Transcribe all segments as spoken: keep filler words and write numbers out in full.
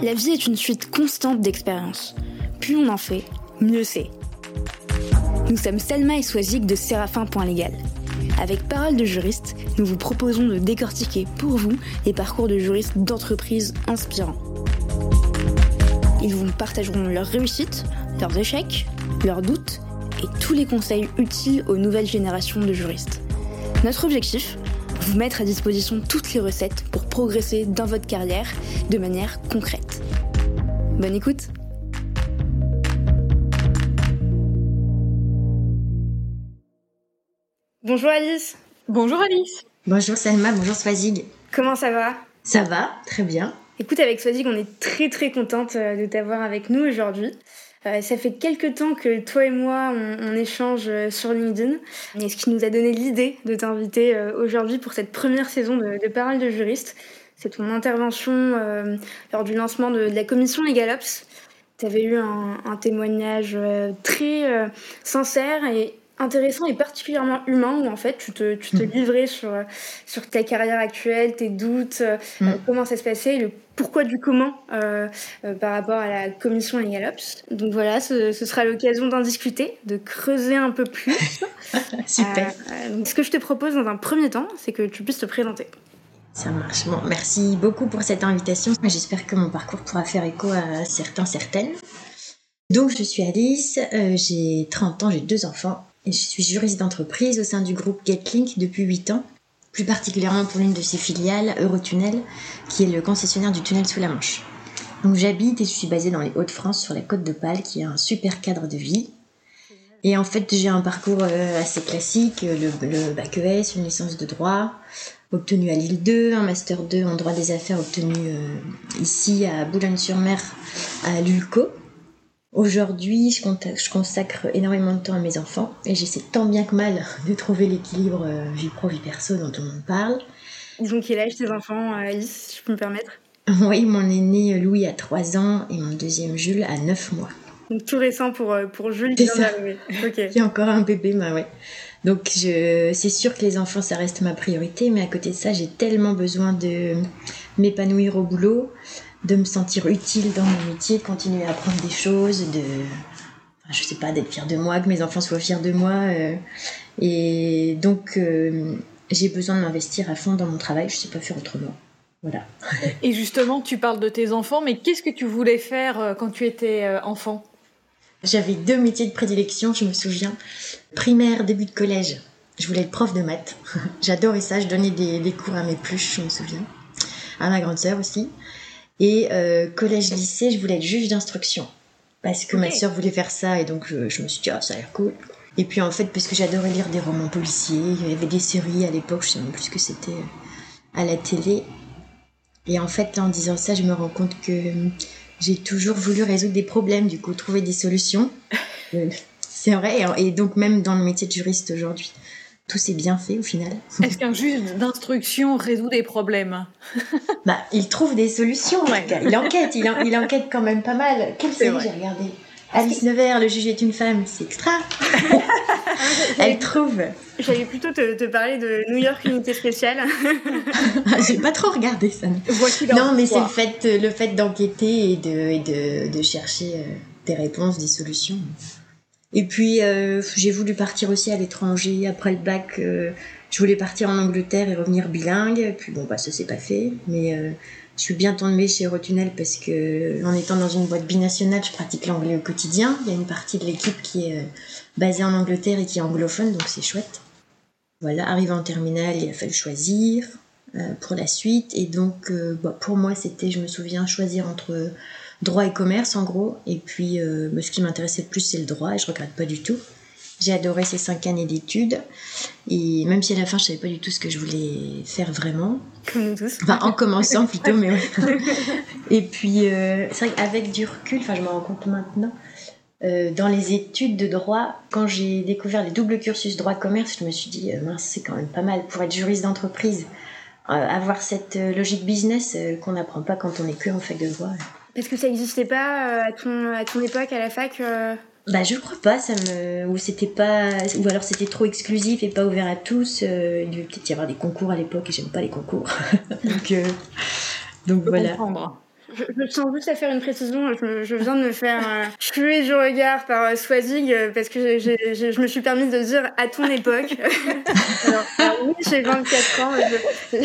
La vie est une suite constante d'expériences. Plus on en fait, mieux c'est. Nous sommes Selma et Swazig de Séraphin point légal. Avec Parole de juriste, nous vous proposons de décortiquer pour vous les parcours de juristes d'entreprises inspirants. Ils vous partageront leurs réussites, leurs échecs, leurs doutes et tous les conseils utiles aux nouvelles générations de juristes. Notre objectif ? Vous mettre à disposition toutes les recettes pour progresser dans votre carrière de manière concrète. Bonne écoute! Bonjour Alice. Bonjour Alice. Bonjour Selma, bonjour Swazig. Comment ça va? Ça va, très bien. Écoute, avec Swazig, on est très très contente de t'avoir avec nous aujourd'hui. Euh, ça fait quelques temps que toi et moi, on, on échange sur LinkedIn. Et ce qui nous a donné l'idée de t'inviter euh, aujourd'hui pour cette première saison de, de Parole de juriste, c'est ton intervention euh, lors du lancement de, de la commission LegalOps. Tu avais eu un, un témoignage euh, très euh, sincère et intéressant et particulièrement humain, où en fait tu te, tu te mmh. livrais sur, sur ta carrière actuelle, tes doutes, mmh. euh, comment ça se passait, et le pourquoi du comment euh, euh, par rapport à la commission LegalOps. Donc voilà, ce, ce sera l'occasion d'en discuter, de creuser un peu plus. Super. Euh, donc ce que je te propose dans un premier temps, c'est que tu puisses te présenter. Ça marche. Bon, merci beaucoup pour cette invitation. J'espère que mon parcours pourra faire écho à certains, certaines. Donc je suis Alice, euh, j'ai trente ans, j'ai deux enfants. Et je suis juriste d'entreprise au sein du groupe Getlink depuis huit ans, plus particulièrement pour l'une de ses filiales, Eurotunnel, qui est le concessionnaire du tunnel sous la Manche. Donc j'habite et je suis basée dans les Hauts-de-France, sur la Côte d'Opale, qui est un super cadre de vie. Et en fait, j'ai un parcours assez classique, le, le bac E S, une licence de droit, obtenue à Lille deux, un master deux en droit des affaires obtenu euh, ici à Boulogne-sur-Mer, à l'U L C O. Aujourd'hui, je consacre énormément de temps à mes enfants et j'essaie tant bien que mal de trouver l'équilibre euh, vie pro, vie perso dont on me parle. Ils ont quel âge tes enfants, Alice, si je peux me permettre? Oui, mon aîné Louis a trois ans et mon deuxième Jules a neuf mois. Donc tout récent pour, pour Jules qui vient d'arriver. Okay. Il y a encore un bébé, bah ouais. Donc je, c'est sûr que les enfants, ça reste ma priorité, mais à côté de ça, j'ai tellement besoin de m'épanouir au boulot, de me sentir utile dans mon métier, de continuer à apprendre des choses, de, enfin, je sais pas, d'être fière de moi, que mes enfants soient fiers de moi. Euh, et donc, euh, j'ai besoin de m'investir à fond dans mon travail, je sais pas faire autrement. Voilà. Et justement, tu parles de tes enfants, mais qu'est-ce que tu voulais faire quand tu étais enfant? J'avais deux métiers de prédilection, je me souviens. Primaire, début de collège, je voulais être prof de maths. J'adorais ça, je donnais des, des cours à mes pluches, je me souviens. À ma grande sœur aussi. Et euh, collège-lycée, je voulais être juge d'instruction. Parce que okay. ma sœur voulait faire ça, et donc je, je me suis dit, ah, ça a l'air cool. Et puis en fait, parce que j'adorais lire des romans policiers, il y avait des séries à l'époque, je sais même plus ce que c'était à la télé. Et en fait, là, en disant ça, je me rends compte que j'ai toujours voulu résoudre des problèmes, du coup, trouver des solutions. C'est vrai, et donc même dans le métier de juriste aujourd'hui, tout s'est bien fait au final. Est-ce qu'un juge d'instruction résout des problèmes? Bah, il trouve des solutions, ouais. il enquête, il, en, il enquête quand même pas mal. Quelle série j'ai regardé? Alice Nevers, le juge est une femme, c'est extra. Elle trouve. J'allais plutôt te, te parler de New York Unité Spéciale. J'ai pas trop regardé ça. Non, mais c'est le fait, le fait d'enquêter et de, et de, de chercher euh, des réponses, des solutions. Et puis, euh, j'ai voulu partir aussi à l'étranger. Après le bac, euh, je voulais partir en Angleterre et revenir bilingue. Et puis bon, bah, ça s'est pas fait. Mais euh, je suis bien tombée chez Eurotunnel parce que, en étant dans une boîte binationale, je pratique l'anglais au quotidien. Il y a une partie de l'équipe qui est euh, basée en Angleterre et qui est anglophone, donc c'est chouette. Voilà, arrivé en terminale, il a fallu choisir euh, pour la suite. Et donc, euh, bah, pour moi, c'était, je me souviens, choisir entre droit et commerce, en gros. Et puis, euh, bah, ce qui m'intéressait le plus, c'est le droit, et je regrette pas du tout. J'ai adoré ces cinq années d'études. Et même si à la fin, je savais pas du tout ce que je voulais faire vraiment. Comme nous tous. Enfin, en commençant plutôt, mais ouais. Et puis, euh, c'est vrai qu'avec du recul, enfin, je me rends compte maintenant, Euh, dans les études de droit, quand j'ai découvert les doubles cursus droit-commerce, je me suis dit, euh, mince, c'est quand même pas mal pour être juriste d'entreprise. Euh, avoir cette euh, logique business euh, qu'on n'apprend pas quand on est que en fac de droit. Est-ce que ça n'existait pas euh, à, ton, à ton époque, à la fac euh... Bah, je crois pas, ça me... ou, c'était pas... ou alors c'était trop exclusif et pas ouvert à tous. Euh, il devait peut-être y avoir des concours à l'époque et j'aime pas les concours. donc, euh... donc voilà. Comprendre. Je, je tiens juste à faire une précision. Je, je viens de me faire euh, tuer du regard par euh, Swazig euh, parce que j'ai, j'ai, je me suis permise de dire à ton époque. alors, alors, oui, j'ai vingt-quatre ans. Je...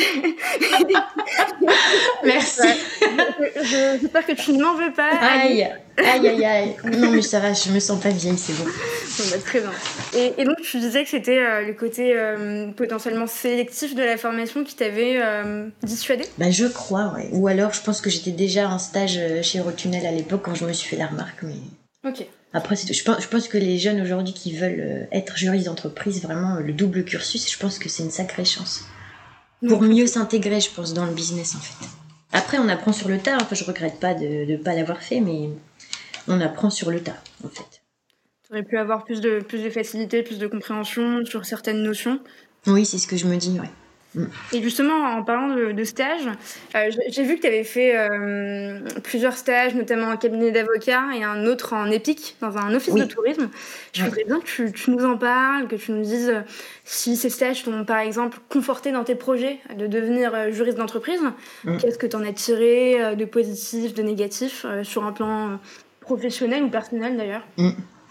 Merci. Ouais, je, je, j'espère que tu ne m'en veux pas. Aïe, aïe, aïe, aïe. Non, mais ça va, je me sens pas vieille, c'est bon. Bon, bah, très bien. Et, et donc, tu disais que c'était euh, le côté euh, potentiellement sélectif de la formation qui t'avait euh, dissuadé ? Bah, je crois, ouais. Ou alors, je pense que j'étais déjà en stage chez Eurotunnel à l'époque quand je me suis fait la remarque, mais... Ok. Après, c'est tout. Je pense, je pense que les jeunes aujourd'hui qui veulent être juristes d'entreprise, vraiment, le double cursus, je pense que c'est une sacrée chance. Pour donc, mieux s'intégrer, je pense, dans le business, en fait. Après, on apprend sur le tas. Enfin, je regrette pas de ne pas l'avoir fait, mais on apprend sur le tas, en fait. Tu aurais pu avoir plus de, plus de facilité, plus de compréhension sur certaines notions. Oui, c'est ce que je me dis, ouais. Mm. Et justement, en parlant de, de stage, euh, j'ai vu que tu avais fait euh, plusieurs stages, notamment en cabinet d'avocat et un autre en EPIC, dans un office oui. de tourisme. Je oui. voudrais bien que tu, tu nous en parles, que tu nous dises si ces stages t'ont, par exemple, conforté dans tes projets de devenir juriste d'entreprise. Mm. Qu'est-ce que tu en as tiré de positif, de négatif, euh, sur un plan professionnel ou personnel d'ailleurs ? Mm.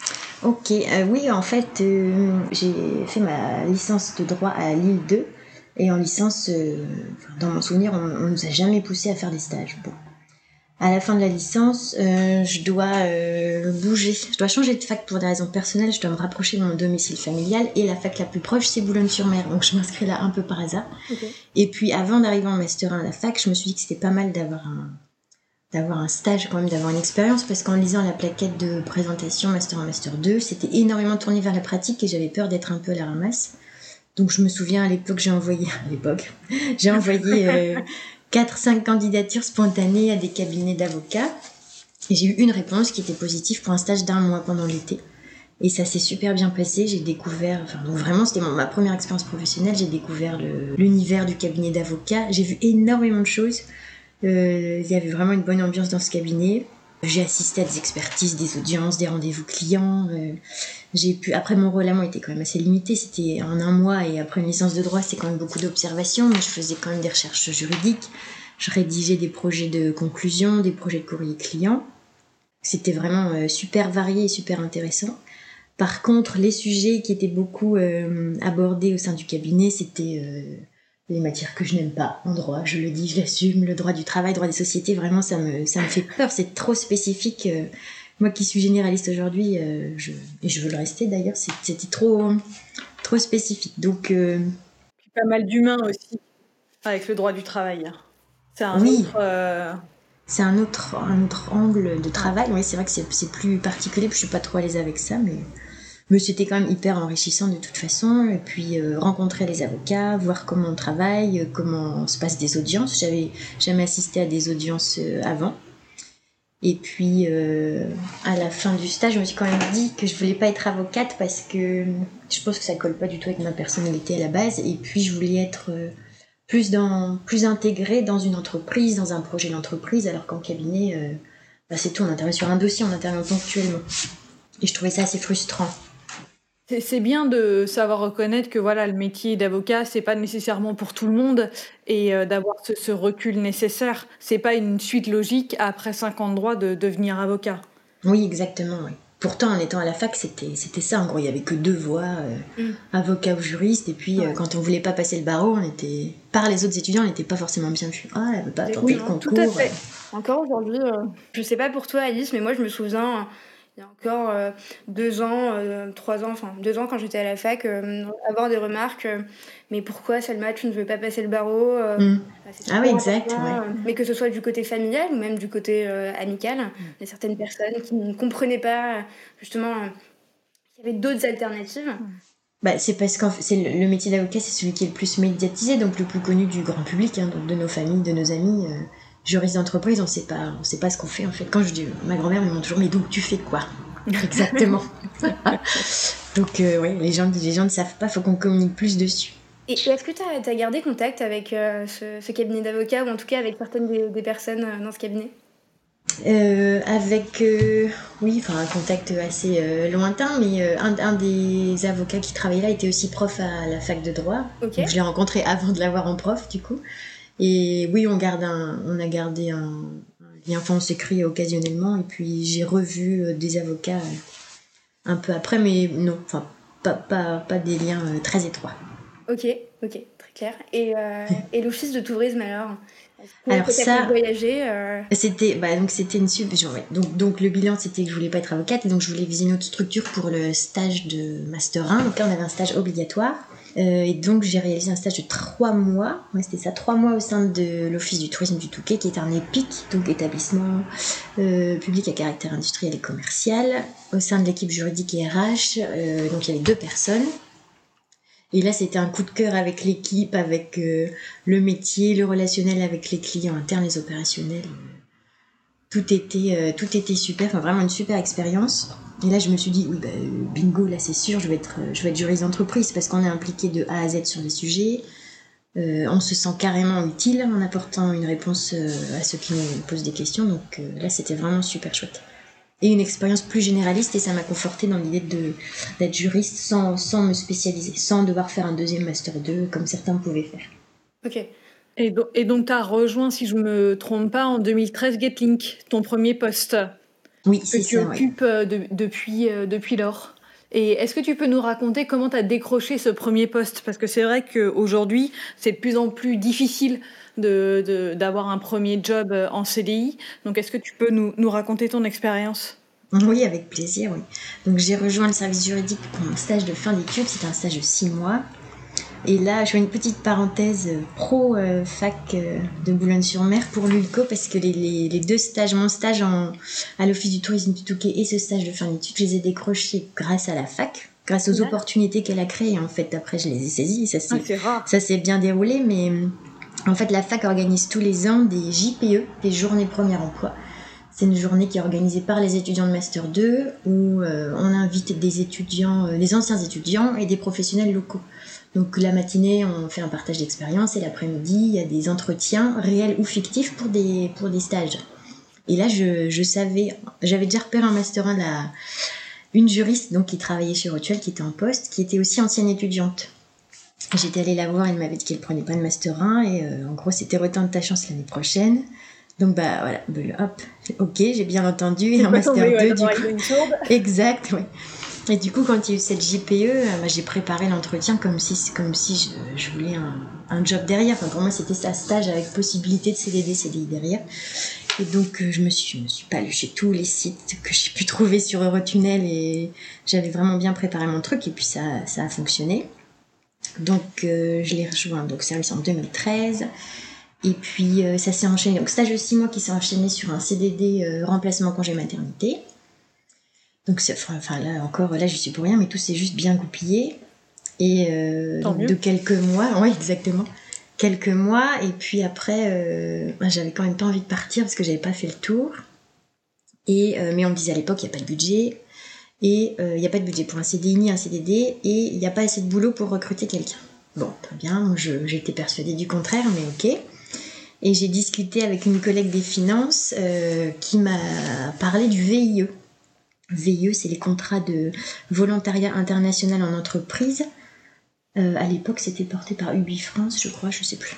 Ok, euh, oui, en fait, euh, j'ai fait ma licence de droit à Lille deux. Et en licence, euh, dans mon souvenir, on ne nous a jamais poussé à faire des stages. Bon. À la fin de la licence, euh, je dois euh, bouger. Je dois changer de fac pour des raisons personnelles. Je dois me rapprocher de mon domicile familial. Et la fac la plus proche, c'est Boulogne-sur-Mer. Donc je m'inscris là un peu par hasard. Okay. Et puis avant d'arriver en Master un à la fac, je me suis dit que c'était pas mal d'avoir un, d'avoir un stage, quand même, d'avoir une expérience. Parce qu'en lisant la plaquette de présentation Master un, Master deux, c'était énormément tourné vers la pratique et j'avais peur d'être un peu à la ramasse. Donc je me souviens à l'époque, j'ai envoyé, à l'époque, j'ai envoyé euh, quatre cinq candidatures spontanées à des cabinets d'avocats. Et j'ai eu une réponse qui était positive pour un stage d'un mois pendant l'été. Et ça s'est super bien passé, j'ai découvert, enfin donc vraiment c'était ma première expérience professionnelle, j'ai découvert le, l'univers du cabinet d'avocats. J'ai vu énormément de choses, euh, il y avait vraiment une bonne ambiance dans ce cabinet. J'ai assisté à des expertises, des audiences, des rendez-vous clients. Euh, j'ai pu. Après, mon rôle à moi était quand même assez limité. C'était en un mois et après une licence de droit, c'était quand même beaucoup d'observations. Mais je faisais quand même des recherches juridiques. Je rédigeais des projets de conclusion, des projets de courrier client. C'était vraiment euh, super varié et super intéressant. Par contre, les sujets qui étaient beaucoup euh, abordés au sein du cabinet, c'était euh, les matières que je n'aime pas en droit, je le dis, je l'assume, le droit du travail, le droit des sociétés, vraiment ça me, ça me fait peur, c'est trop spécifique. Euh, moi qui suis généraliste aujourd'hui, euh, je, et je veux le rester d'ailleurs, c'est, c'était trop, trop spécifique. Donc, euh... pas mal d'humains aussi, avec le droit du travail. C'est un oui. autre... Euh... C'est un autre, un autre angle de travail. Oui, c'est vrai que c'est, c'est plus particulier, je suis pas trop à l'aise avec ça, mais... Mais c'était quand même hyper enrichissant de toute façon. Et puis euh, rencontrer les avocats, voir comment on travaille, euh, comment se passent des audiences. J'avais jamais assisté à des audiences euh, avant. Et puis euh, à la fin du stage, je me suis quand même dit que je voulais pas être avocate parce que je pense que ça colle pas du tout avec ma personnalité à la base. Et puis je voulais être euh, plus, dans, plus intégrée dans une entreprise, dans un projet d'entreprise, alors qu'en cabinet, euh, bah, c'est tout, on intervient sur un dossier, on intervient ponctuellement. Et je trouvais ça assez frustrant. C'est, c'est bien de savoir reconnaître que voilà, le métier d'avocat, c'est pas nécessairement pour tout le monde et euh, d'avoir ce, ce recul nécessaire. C'est pas une suite logique après cinq ans de droit de devenir avocat. Oui, exactement. Oui. Pourtant, en étant à la fac, c'était, c'était ça. En gros, il y avait que deux voies, euh, mm. avocat ou juriste. Et puis, ouais. euh, quand on voulait pas passer le barreau, on était, par les autres étudiants, on n'était pas forcément bien vu. Ah, elle veut pas tenter oui, le concours. Tout à fait. Euh... Encore aujourd'hui, euh, je sais pas pour toi, Alice, mais moi, je me souviens... Il y a encore euh, deux ans, euh, trois ans, enfin deux ans quand j'étais à la fac, euh, avoir des remarques, euh, mais pourquoi Salma, tu ne veux pas passer le barreau euh, mmh. bah, Ah oui, exact. Ouais. Euh, mais que ce soit du côté familial ou même du côté euh, amical, mmh. il y a certaines personnes qui ne comprenaient pas justement euh, qu'il y avait d'autres alternatives. Mmh. Bah, c'est parce que c'est le, le métier d'avocat, c'est celui qui est le plus médiatisé, donc le plus connu du grand public, hein, donc de nos familles, de nos amis. Euh... Juriste d'entreprise, on sait pas, on sait pas ce qu'on fait en fait. Quand je dis, ma grand-mère me demande toujours, mais donc tu fais quoi exactement. Donc euh, ouais, les gens, les gens ne savent pas, faut qu'on communique plus dessus. Et est-ce que tu as gardé contact avec euh, ce, ce cabinet d'avocats ou en tout cas avec certaines des, des personnes dans ce cabinet? euh, Avec euh, oui, enfin un contact assez euh, lointain, mais euh, un, un des avocats qui travaillait là était aussi prof à la fac de droit. Okay. Donc je l'ai rencontré avant de l'avoir en prof du coup. Et oui, on, garde un, on a gardé un, un Et enfin, on s'écrit occasionnellement. Et puis, j'ai revu euh, des avocats euh, un peu après, mais non, enfin, pas, pas, pas des liens euh, très étroits. Ok, ok, très clair. Et, euh, et l'office de tourisme, alors Alors ça, voyager, euh... c'était, bah donc c'était une sub. Genre, ouais. Donc donc le bilan c'était que je voulais pas être avocate et donc je voulais viser une autre structure pour le stage de master un. Donc là on avait un stage obligatoire euh, et donc j'ai réalisé un stage de trois mois. Ouais, c'était ça, trois mois au sein de l'office du tourisme du Touquet qui est un EPIC, donc établissement euh, public à caractère industriel et commercial, au sein de l'équipe juridique et R H. Euh, donc il y avait deux personnes. Et là, c'était un coup de cœur avec l'équipe, avec euh, le métier, le relationnel avec les clients internes, les opérationnels. Tout était, euh, tout était super, enfin vraiment une super expérience. Et là, je me suis dit, oui, bah, bingo, là c'est sûr, je vais être, je vais être juriste d'entreprise parce qu'on est impliqué de A à Z sur les sujets. Euh, on se sent carrément utile en apportant une réponse euh, à ceux qui nous posent des questions. Donc euh, là, c'était vraiment super chouette. Et une expérience plus généraliste et ça m'a confortée dans l'idée de, d'être juriste sans, sans me spécialiser, sans devoir faire un deuxième master deux comme certains pouvaient faire. Ok. Et, do- et donc tu as rejoint, si je me trompe pas, en deux mille treize Getlink, ton premier poste oui, que c'est tu ça, occupes ouais. de, depuis, euh, depuis lors. Et est-ce que tu peux nous raconter comment tu as décroché ce premier poste? Parce que c'est vrai qu'aujourd'hui, c'est de plus en plus difficile de, de, d'avoir un premier job en C D I. Donc, est-ce que tu peux nous, nous raconter ton expérience? Oui, avec plaisir, oui. Donc, j'ai rejoint le service juridique pour mon stage de fin d'études. C'était un stage de six mois. Et là, je fais une petite parenthèse pro-fac euh, euh, de Boulogne-sur-Mer pour l'U L C O parce que les, les, les deux stages, mon stage en, à l'Office du tourisme du Touquet et ce stage de fin d'études, je les ai décrochés grâce à la fac, grâce aux ouais. opportunités qu'elle a créées. En fait, après, je les ai saisies. Ça s'est, ah, c'est rare. Ça s'est bien déroulé, mais en fait, la fac organise tous les ans des J P E, des journées premier emploi. C'est une journée qui est organisée par les étudiants de Master deux où euh, on invite des étudiants, euh, des anciens étudiants et des professionnels locaux. Donc la matinée, on fait un partage d'expérience et l'après-midi, il y a des entretiens réels ou fictifs pour des, pour des stages. Et là, je, je savais, j'avais déjà repéré en Master un la, une juriste donc, qui travaillait chez Rothschild, qui était en poste, qui était aussi ancienne étudiante. J'étais allée la voir, elle m'avait dit qu'elle ne prenait pas de Master un et euh, en gros, c'était retente ta chance l'année prochaine. Donc bah voilà, hop, ok, j'ai bien entendu, et en Master deux, ouais, du coup. Exact, oui. Et du coup, quand il y a eu cette J P E, bah, j'ai préparé l'entretien comme si, comme si je, je voulais un, un job derrière. Enfin, pour moi, c'était ça, stage avec possibilité de C D D, C D I derrière. Et donc, euh, je me suis, je me suis paluché tous les sites que j'ai pu trouver sur Eurotunnel et j'avais vraiment bien préparé mon truc et puis ça, ça a fonctionné. Donc, euh, je l'ai rejoint donc service en deux mille treize. Et puis, euh, ça s'est enchaîné. Donc, stage de six mois qui s'est enchaîné sur un C D D euh, remplacement congé maternité. Donc, c'est, enfin, là encore, là, je suis pour rien, mais tout s'est juste bien goupillé. Et euh, donc, de quelques mois, ouais, exactement. Quelques mois, et puis après, euh, j'avais quand même pas envie de partir parce que j'avais pas fait le tour. Et, euh, mais on me disait à l'époque, il n'y a pas de budget. Et il euh, n'y a pas de budget pour un C D I ni un C D D. Et il n'y a pas assez de boulot pour recruter quelqu'un. Bon, très bien, donc je, j'étais persuadée du contraire, mais ok. Et j'ai discuté avec une collègue des finances euh, qui m'a parlé du V I E. V I E, c'est les contrats de volontariat international en entreprise. Euh, à l'époque, c'était porté par Ubi France, je crois, je sais plus.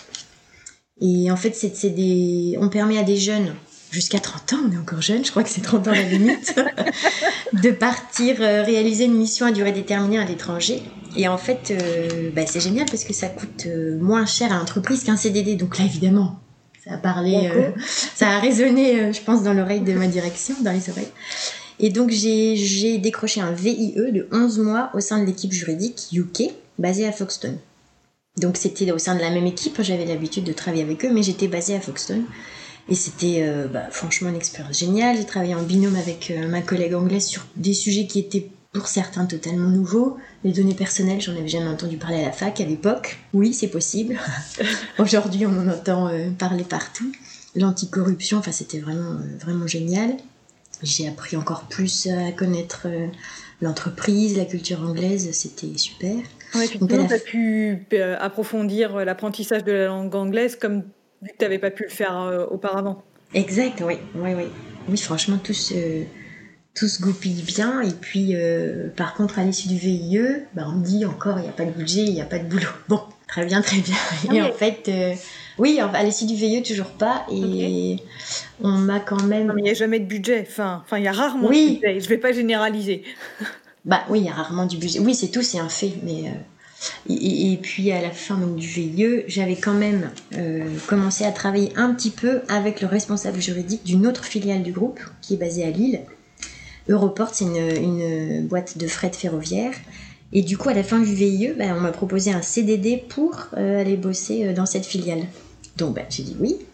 Et en fait, c'est, c'est des... on permet à des jeunes, jusqu'à trente ans, on est encore jeunes, je crois que c'est trente ans la limite, de partir euh, réaliser une mission à durée déterminée à l'étranger. Et en fait, euh, bah, c'est génial parce que ça coûte euh, moins cher à l'entreprise qu'un C D D. Donc là, évidemment, ça a parlé, euh, ça a résonné, euh, je pense, dans l'oreille de ma direction, dans les oreilles. Et donc, j'ai, j'ai décroché un V I E de onze mois au sein de l'équipe juridique U K, basée à Folkestone. Donc, c'était au sein de la même équipe, j'avais l'habitude de travailler avec eux, mais j'étais basée à Folkestone. Et c'était euh, bah, franchement une expérience géniale. J'ai travaillé en binôme avec euh, ma collègue anglaise sur des sujets qui étaient pour certains totalement nouveaux. Les données personnelles, j'en avais jamais entendu parler à la fac à l'époque. Oui, c'est possible. Aujourd'hui, on en entend euh, parler partout. L'anticorruption, enfin, c'était vraiment, euh, vraiment génial. J'ai appris encore plus à connaître euh, l'entreprise, la culture anglaise, c'était super. Ouais, puis tu as pu euh, approfondir l'apprentissage de la langue anglaise comme vu que tu n'avais pas pu le faire euh, auparavant. Exact, oui, oui, oui. Oui, franchement, tout se, tout se goupille bien. Et puis, euh, par contre, à l'issue du V I E, bah, on me dit encore, il n'y a pas de budget, il n'y a pas de boulot. Bon, très bien, très bien. Et ah, en fait, euh, Oui, à l'issue du V I E, toujours pas. Et okay. on m'a quand même... Non, mais il n'y a jamais de budget. Enfin, enfin, il y a rarement oui. de budget. Je ne vais pas généraliser. Bah oui, il y a rarement du budget. Oui, c'est tout, c'est un fait. Mais, euh, et, et puis, à la fin donc, du V I E, j'avais quand même euh, commencé à travailler un petit peu avec le responsable juridique d'une autre filiale du groupe, qui est basée à Lille. Europort, c'est une, une boîte de fret ferroviaire. Et du coup, à la fin du V I E, bah, on m'a proposé un C D D pour euh, aller bosser dans cette filiale. Donc, bah, j'ai dit oui.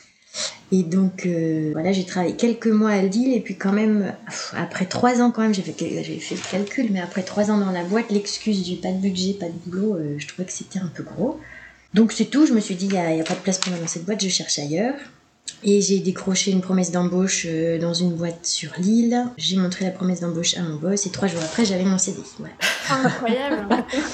Et donc, euh, voilà, j'ai travaillé quelques mois à Lille. Et puis quand même, après trois ans quand même, j'ai fait, j'ai fait le calcul, mais après trois ans dans la boîte, l'excuse du pas de budget, pas de boulot, euh, je trouvais que c'était un peu gros. Donc c'est tout, je me suis dit, il n'y a, a pas de place pour moi dans cette boîte, je cherche ailleurs. Et j'ai décroché une promesse d'embauche dans une boîte sur Lille. J'ai montré la promesse d'embauche à mon boss et trois jours après, j'avais mon C D I. Ouais. Incroyable.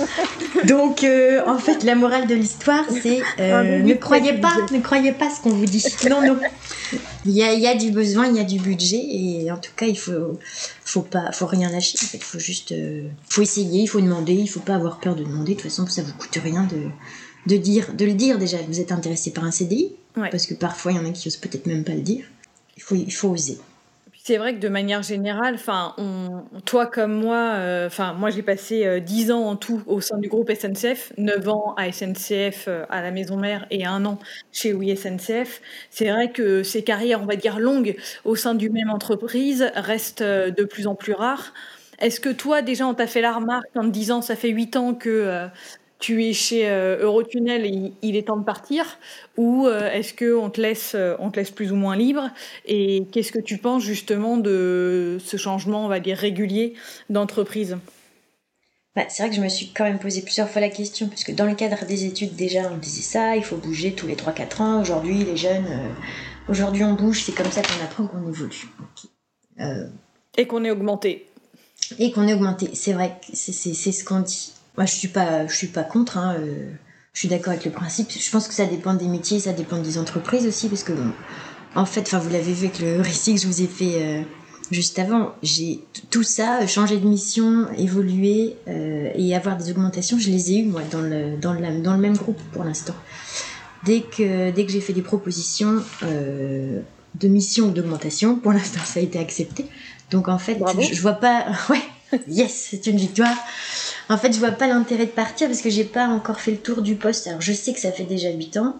Donc, euh, en fait, la morale de l'histoire, c'est euh, ne croyez pas, ne croyez pas ce qu'on vous dit. Non, non. Il y a, il y a du besoin, il y a du budget et en tout cas, il faut, faut pas, faut rien lâcher. En fait, il faut juste, euh, faut essayer, il faut demander, il faut pas avoir peur de demander. De toute façon, ça vous coûte rien de, de dire, de le dire déjà. Que vous êtes intéressé par un C D I. Ouais. Parce que parfois, il y en a qui osent peut-être même pas le dire. Il faut, il faut oser. C'est vrai que de manière générale, enfin, on, toi comme moi, enfin, euh, moi j'ai passé euh, dix ans en tout au sein du groupe S N C F, neuf ans à S N C F euh, à la maison mère et un an chez Oui S N C F. C'est vrai que ces carrières, on va dire longues, au sein d'une même entreprise restent euh, de plus en plus rares. Est-ce que toi, déjà, on t'a fait la remarque en te disant, ça fait huit ans que... Euh, tu es chez euh, Eurotunnel et il est temps de partir, ou euh, est-ce qu'on te laisse, euh, on te laisse plus ou moins libre? Et qu'est-ce que tu penses justement de ce changement, on va dire, régulier d'entreprise? Bah, c'est vrai que je me suis quand même posé plusieurs fois la question, parce que dans le cadre des études, déjà, on disait ça, il faut bouger tous les trois quatre ans. Aujourd'hui, les jeunes, euh, aujourd'hui on bouge, c'est comme ça qu'on apprend qu'on évolue. Okay. Euh... Et qu'on est augmenté. Et qu'on est augmenté, c'est vrai, c'est, c'est, c'est ce qu'on dit. Moi, je suis pas, je suis pas contre. Hein, euh, je suis d'accord avec le principe. Je pense que ça dépend des métiers, ça dépend des entreprises aussi, parce que, bon, en fait, enfin, vous l'avez vu avec le récit que je vous ai fait euh, juste avant. J'ai t- tout ça, changer de mission, évoluer euh, et avoir des augmentations. Je les ai eues moi dans le dans le dans le même groupe pour l'instant. Dès que dès que j'ai fait des propositions euh, de mission ou d'augmentation, pour l'instant, ça a été accepté. Donc en fait, je, je vois pas. Ouais. Yes, c'est une victoire. En fait, je vois pas l'intérêt de partir parce que j'ai pas encore fait le tour du poste. Alors, je sais que ça fait déjà huit ans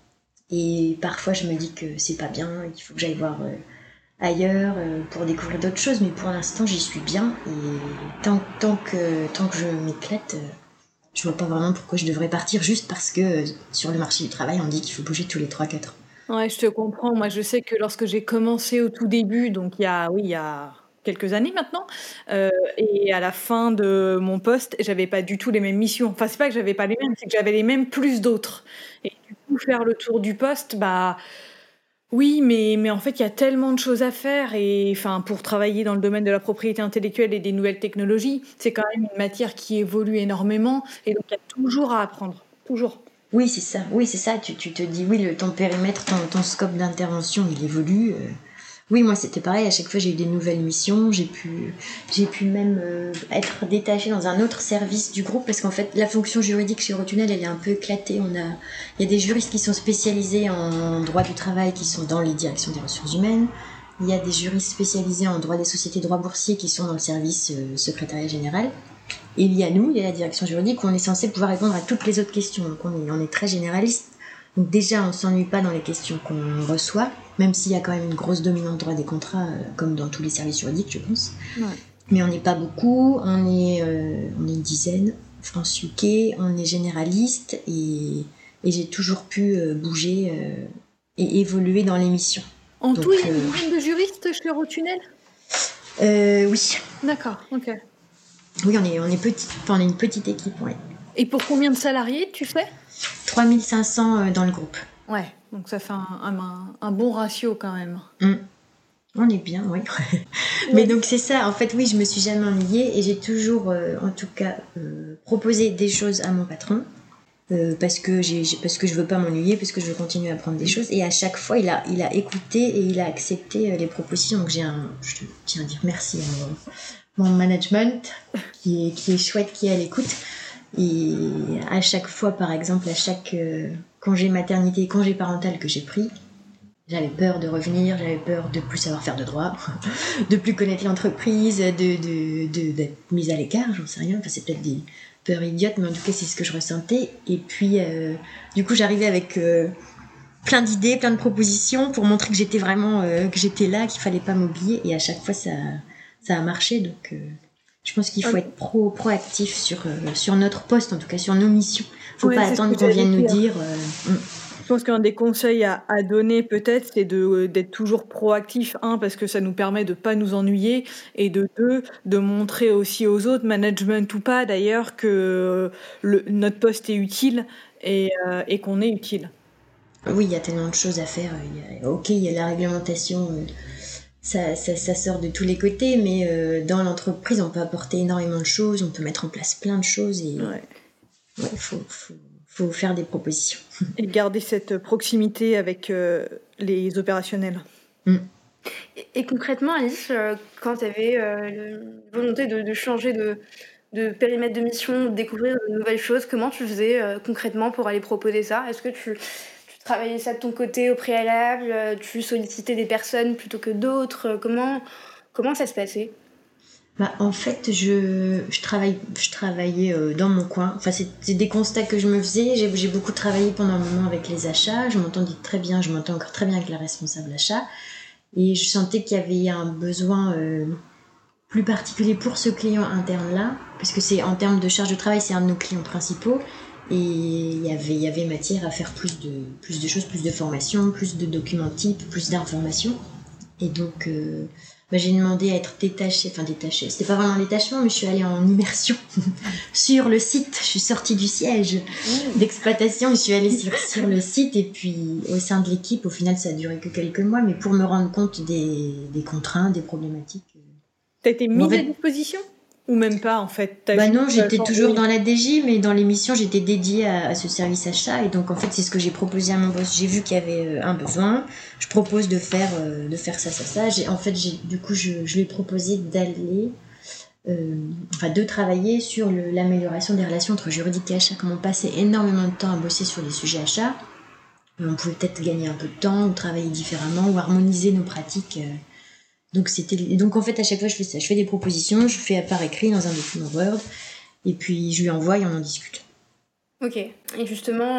et parfois je me dis que c'est pas bien et qu'il faut que j'aille voir euh, ailleurs euh, pour découvrir d'autres choses. Mais pour l'instant, j'y suis bien et tant, tant que tant que je m'éclate, euh, je vois pas vraiment pourquoi je devrais partir juste parce que euh, sur le marché du travail, on dit qu'il faut bouger tous les trois quatre ans. Ouais, je te comprends. Moi, je sais que lorsque j'ai commencé au tout début, donc il y a, oui, il y a quelques années maintenant, euh, et à la fin de mon poste, j'avais pas du tout les mêmes missions. Enfin, c'est pas que j'avais pas les mêmes, c'est que j'avais les mêmes plus d'autres. Et du coup, faire le tour du poste, bah oui, mais mais en fait, il y a tellement de choses à faire et enfin, pour travailler dans le domaine de la propriété intellectuelle et des nouvelles technologies, c'est quand même une matière qui évolue énormément et donc il y a toujours à apprendre, toujours. Oui, c'est ça. Oui, c'est ça. Tu, tu te dis, oui, le, ton périmètre, ton, ton scope d'intervention, il évolue. Euh... Oui, moi, c'était pareil. À chaque fois, j'ai eu des nouvelles missions. J'ai pu, j'ai pu même euh, être détachée dans un autre service du groupe parce qu'en fait, la fonction juridique chez Eurotunnel, elle est un peu éclatée. On a, il y a des juristes qui sont spécialisés en droit du travail qui sont dans les directions des ressources humaines. Il y a des juristes spécialisés en droit des sociétés, droit boursier qui sont dans le service euh, secrétariat général. Et il y a nous, il y a la direction juridique où on est censé pouvoir répondre à toutes les autres questions. Donc on est, on est très généraliste. Donc déjà, on ne s'ennuie pas dans les questions qu'on reçoit, même s'il y a quand même une grosse dominante droit des contrats, euh, comme dans tous les services juridiques, je pense. Ouais. Mais on n'est pas beaucoup, on est, euh, on est une dizaine, France-U K, on est généraliste et, et j'ai toujours pu euh, bouger euh, et évoluer dans les missions. En Donc, tout, il y a une dizaine euh... de juristes chez Eurotunnel ? euh, Oui. D'accord, ok. Oui, on est, on est petit, enfin, on est une petite équipe, oui. Et pour combien de salariés tu fais ? trois mille cinq cents dans le groupe. Ouais, donc ça fait un, un, un bon ratio quand même. Mmh. On est bien, oui. Mais donc c'est ça, en fait, oui, je me suis jamais ennuyée et j'ai toujours, euh, en tout cas, euh, proposé des choses à mon patron euh, parce que j'ai, parce que je veux pas m'ennuyer, parce que je veux continuer à apprendre des choses. Et à chaque fois, il a, il a écouté et il a accepté les propositions. Donc j'ai un, je tiens à dire merci à mon, mon management qui est, qui est chouette, qui est à l'écoute. Et à chaque fois, par exemple, à chaque euh, congé maternité, congé parental que j'ai pris, j'avais peur de revenir, j'avais peur de plus savoir faire de droit, de plus connaître l'entreprise, de, de, de, d'être mise à l'écart, j'en sais rien. Enfin, c'est peut-être des peurs idiotes, mais en tout cas, c'est ce que je ressentais. Et puis, euh, du coup, j'arrivais avec euh, plein d'idées, plein de propositions pour montrer que j'étais vraiment, euh, que j'étais là, qu'il fallait pas m'oublier. Et à chaque fois, ça, ça a marché. Donc, euh, je pense qu'il faut être pro, proactif sur, euh, sur notre poste, en tout cas sur nos missions. Faut ouais, pas attendre qu'on vienne nous dire. Euh, mm. Je pense qu'un des conseils à, à donner peut-être, c'est de, d'être toujours proactif, un, parce que ça nous permet de ne pas nous ennuyer, et de deux, de montrer aussi aux autres, management ou pas d'ailleurs, que le, notre poste est utile et, euh, et qu'on est utile. Oui, il y a tellement de choses à faire. Il y a, ok, il y a la réglementation, euh, ça, ça, ça sort de tous les côtés, mais euh, dans l'entreprise, on peut apporter énormément de choses, on peut mettre en place plein de choses, et ouais. Ouais, faut, faut, faut faire des propositions. Et garder cette proximité avec euh, les opérationnels. Mm. Et, et concrètement, Alice, euh, quand tu avais euh, la volonté de, de changer de, de périmètre de mission, de découvrir de nouvelles choses, comment tu faisais euh, concrètement pour aller proposer ça ? Est-ce que tu, tu travaillais ça de ton côté au préalable ? Tu sollicitais des personnes plutôt que d'autres ? Comment, comment ça se passait ? Bah, en fait, je, je, travaille, je travaillais euh, dans mon coin. Enfin, c'était des constats que je me faisais. J'ai, j'ai beaucoup travaillé pendant un moment avec les achats. Je m'entendais très bien, je m'entends encore très bien avec la responsable achat. Et je sentais qu'il y avait un besoin euh, plus particulier pour ce client interne-là, parce que c'est en termes de charge de travail, c'est un de nos clients principaux. Et il y avait, il y avait matière à faire plus de, plus de choses, plus de formations, plus de documents types, plus d'informations. Et donc... Euh, Bah, j'ai demandé à être détachée, enfin détachée, c'était pas vraiment un détachement, mais je suis allée en immersion sur le site, je suis sortie du siège mmh. d'exploitation, je suis allée sur, sur le site, et puis au sein de l'équipe, au final ça a duré que quelques mois, mais pour me rendre compte des, des contraintes, des problématiques. T'as été mise en fait, à disposition ? Ou même pas en fait t'as Bah non, j'étais toujours de... dans la D J, mais dans l'émission j'étais dédiée à, à ce service achat, et donc en fait c'est ce que j'ai proposé à mon boss. J'ai vu qu'il y avait un besoin, je propose de faire euh, de faire ça ça ça. J'ai, en fait j'ai du coup je, je lui ai proposé d'aller, euh, enfin de travailler sur le, l'amélioration des relations entre juridique et achat. Comme on passait énormément de temps à bosser sur les sujets achats, on pouvait peut-être gagner un peu de temps ou travailler différemment ou harmoniser nos pratiques. Euh, Donc, c'était... Donc en fait à chaque fois je fais ça, je fais des propositions, je fais par écrit dans un document Word, et puis je lui envoie et on en discute. Ok, et justement,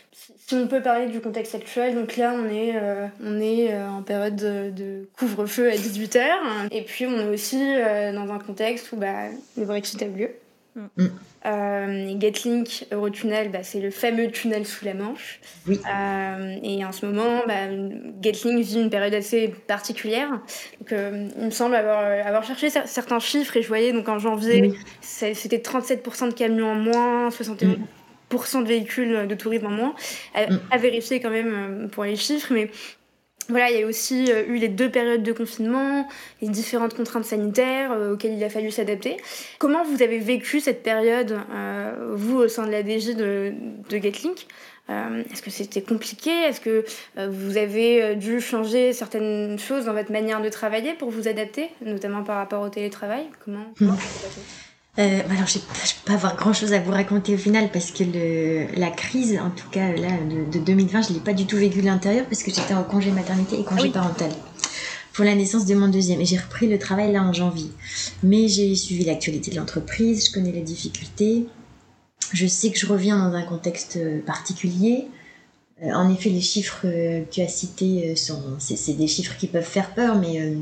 si on peut parler du contexte actuel, donc là on est, euh, on est euh, en période de, de couvre-feu à dix-huit heures, et puis on est aussi euh, dans un contexte où bah, le Brexit a eu lieu. Mm. Euh, et Getlink Eurotunnel, bah, c'est le fameux tunnel sous la Manche. Oui. Euh, et en ce moment, bah, Getlink vit une période assez particulière. Donc, euh, il me semble avoir, avoir cherché certains chiffres, et je voyais donc en janvier, oui. c'était trente-sept pour cent de camions en moins, soixante et onze pour cent mm. de véhicules de tourisme en moins. À, mm. à vérifier quand même pour les chiffres, mais voilà, il y a aussi euh, eu les deux périodes de confinement, les différentes contraintes sanitaires euh, auxquelles il a fallu s'adapter. Comment vous avez vécu cette période, euh, vous, au sein de la D J de, de Getlink ? euh, Est-ce que c'était compliqué ? Est-ce que euh, vous avez dû changer certaines choses dans votre manière de travailler pour vous adapter, notamment par rapport au télétravail ? Comment, comment ça s'est passé ? Euh, alors, je ne vais pas avoir grand-chose à vous raconter au final, parce que le, la crise, en tout cas là, de, de deux mille vingt, je ne l'ai pas du tout vécue de l'intérieur, parce que j'étais en congé maternité et congé oui. parental pour la naissance de mon deuxième. Et j'ai repris le travail là en janvier. Mais j'ai suivi l'actualité de l'entreprise, je connais les difficultés. Je sais que je reviens dans un contexte particulier. Euh, en effet, les chiffres euh, que tu as cités, sont, c'est, c'est des chiffres qui peuvent faire peur, mais... Euh,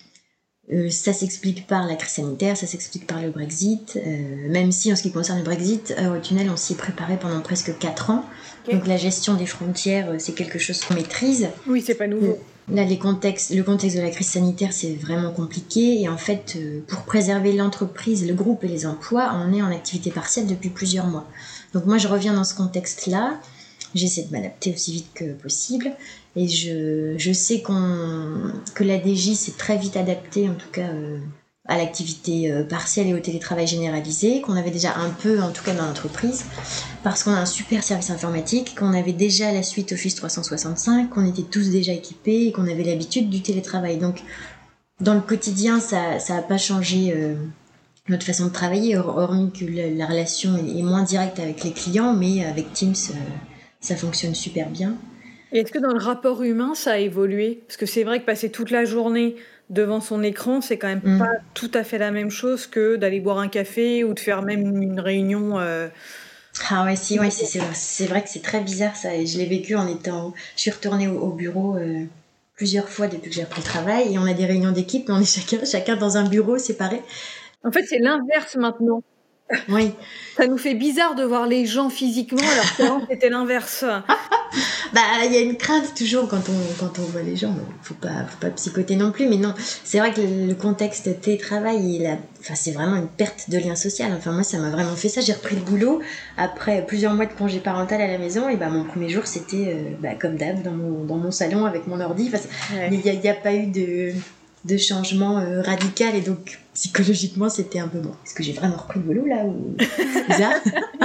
Euh, ça s'explique par la crise sanitaire, ça s'explique par le Brexit, euh, même si en ce qui concerne le Brexit, Eurotunnel, on s'y est préparé pendant presque quatre ans. Okay. Donc la gestion des frontières, c'est quelque chose qu'on maîtrise. Oui, c'est pas nouveau. Là, les contextes, le contexte de la crise sanitaire, c'est vraiment compliqué. Et en fait, euh, pour préserver l'entreprise, le groupe et les emplois, on est en activité partielle depuis plusieurs mois. Donc moi, je reviens dans ce contexte-là. J'essaie de m'adapter aussi vite que possible. Et je, je sais qu'on, que la D J s'est très vite adaptée, en tout cas, euh, à l'activité euh, partielle et au télétravail généralisé, qu'on avait déjà un peu, en tout cas dans l'entreprise, parce qu'on a un super service informatique, qu'on avait déjà la suite Office trois cent soixante-cinq, qu'on était tous déjà équipés et qu'on avait l'habitude du télétravail. Donc, dans le quotidien, ça ça a pas changé euh, notre façon de travailler, hormis que la, la relation est, est moins directe avec les clients, mais avec Teams, euh, ça fonctionne super bien. Et est-ce que dans le rapport humain, ça a évolué ? Parce que c'est vrai que passer toute la journée devant son écran, c'est quand même mmh. pas tout à fait la même chose que d'aller boire un café ou de faire même une réunion. Euh... Ah ouais, si, ouais, c'est, c'est, c'est vrai que c'est très bizarre ça. Et je l'ai vécu en étant. Je suis retournée au, au bureau euh, plusieurs fois depuis que j'ai repris le travail et on a des réunions d'équipe, mais on est chacun, chacun dans un bureau séparé. En fait, c'est l'inverse maintenant. Oui. Ça nous fait bizarre de voir les gens physiquement, alors qu'avant c'était l'inverse. Bah, il y a une crainte toujours quand on, quand on voit les gens. Faut pas, faut pas psychoter non plus, mais non. C'est vrai que le, le contexte télétravail, il a, enfin, c'est vraiment une perte de lien social. Enfin, moi, ça m'a vraiment fait ça. J'ai repris le boulot après plusieurs mois de congé parental à la maison, et bah, mon premier jour, c'était, euh, bah, comme d'hab, dans mon, dans mon salon avec mon ordi. Enfin, ouais. Il n'y a, il y a pas eu de, de changement euh, radical, et donc, psychologiquement, c'était un peu bon. Est-ce que j'ai vraiment repris le boulot, là, ou bizarre?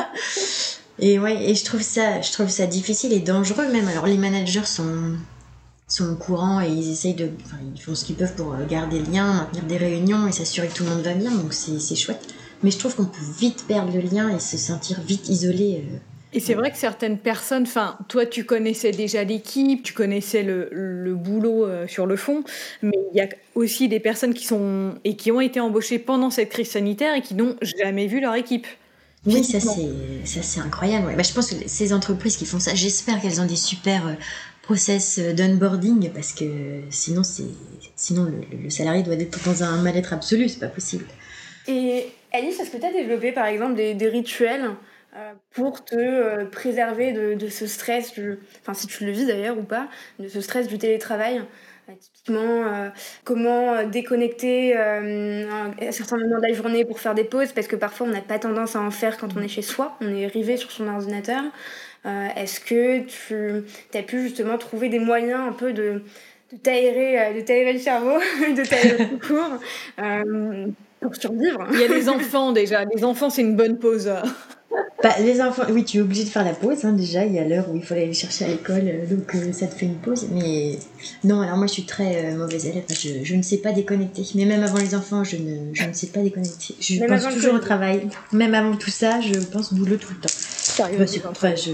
Et ouais, et je trouve ça, je trouve ça difficile et dangereux même. Alors les managers sont, sont au courant et ils essayent de, enfin, ils font ce qu'ils peuvent pour garder le lien, maintenir des réunions et s'assurer que tout le monde va bien, donc c'est, c'est chouette. Mais je trouve qu'on peut vite perdre le lien et se sentir vite isolé. Euh, Et c'est vrai que certaines personnes, enfin, toi tu connaissais déjà l'équipe, tu connaissais le, le boulot euh, sur le fond, mais il y a aussi des personnes qui sont et qui ont été embauchées pendant cette crise sanitaire et qui n'ont jamais vu leur équipe. Oui, ça c'est, ça c'est incroyable. Ouais. Bah, je pense que ces entreprises qui font ça, j'espère qu'elles ont des super euh, process d'onboarding parce que sinon, c'est, sinon le, le salarié doit être dans un mal-être absolu, c'est pas possible. Et Alice, est-ce que tu as développé par exemple des, des rituels euh, pour te euh, préserver de, de ce stress, du, enfin si tu le vis d'ailleurs ou pas, de ce stress du télétravail ? Euh, typiquement, euh, comment déconnecter euh, à certains moments de la journée pour faire des pauses, parce que parfois on n'a pas tendance à en faire quand on est chez soi, on est rivé sur son ordinateur. Euh, est-ce que tu as pu justement trouver des moyens un peu de, de, t'aérer, de t'aérer le cerveau, de t'aérer le cours euh, pour survivre ? Il y a les enfants déjà, les enfants c'est une bonne pause. Bah, les enfants, oui, tu es obligé de faire la pause, hein, déjà, il y a l'heure où il faut aller les chercher à l'école, euh, donc euh, ça te fait une pause, mais non, alors moi je suis très euh, mauvaise élève, je, je ne sais pas déconnecter, mais même avant les enfants, je ne, je ne sais pas déconnecter, je même pense toujours au travail, même avant tout ça, je pense boulot tout le temps. Sérieux, bah, c'est, enfin, je...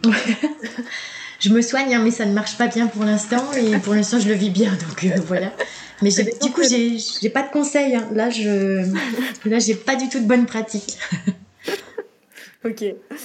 je me soigne, hein, mais ça ne marche pas bien pour l'instant, et pour l'instant je le vis bien, donc euh, voilà. Mais j'ai, du coup, j'ai, j'ai pas de conseils, hein. Là, je, là, j'ai pas du tout de bonnes pratiques. Ok.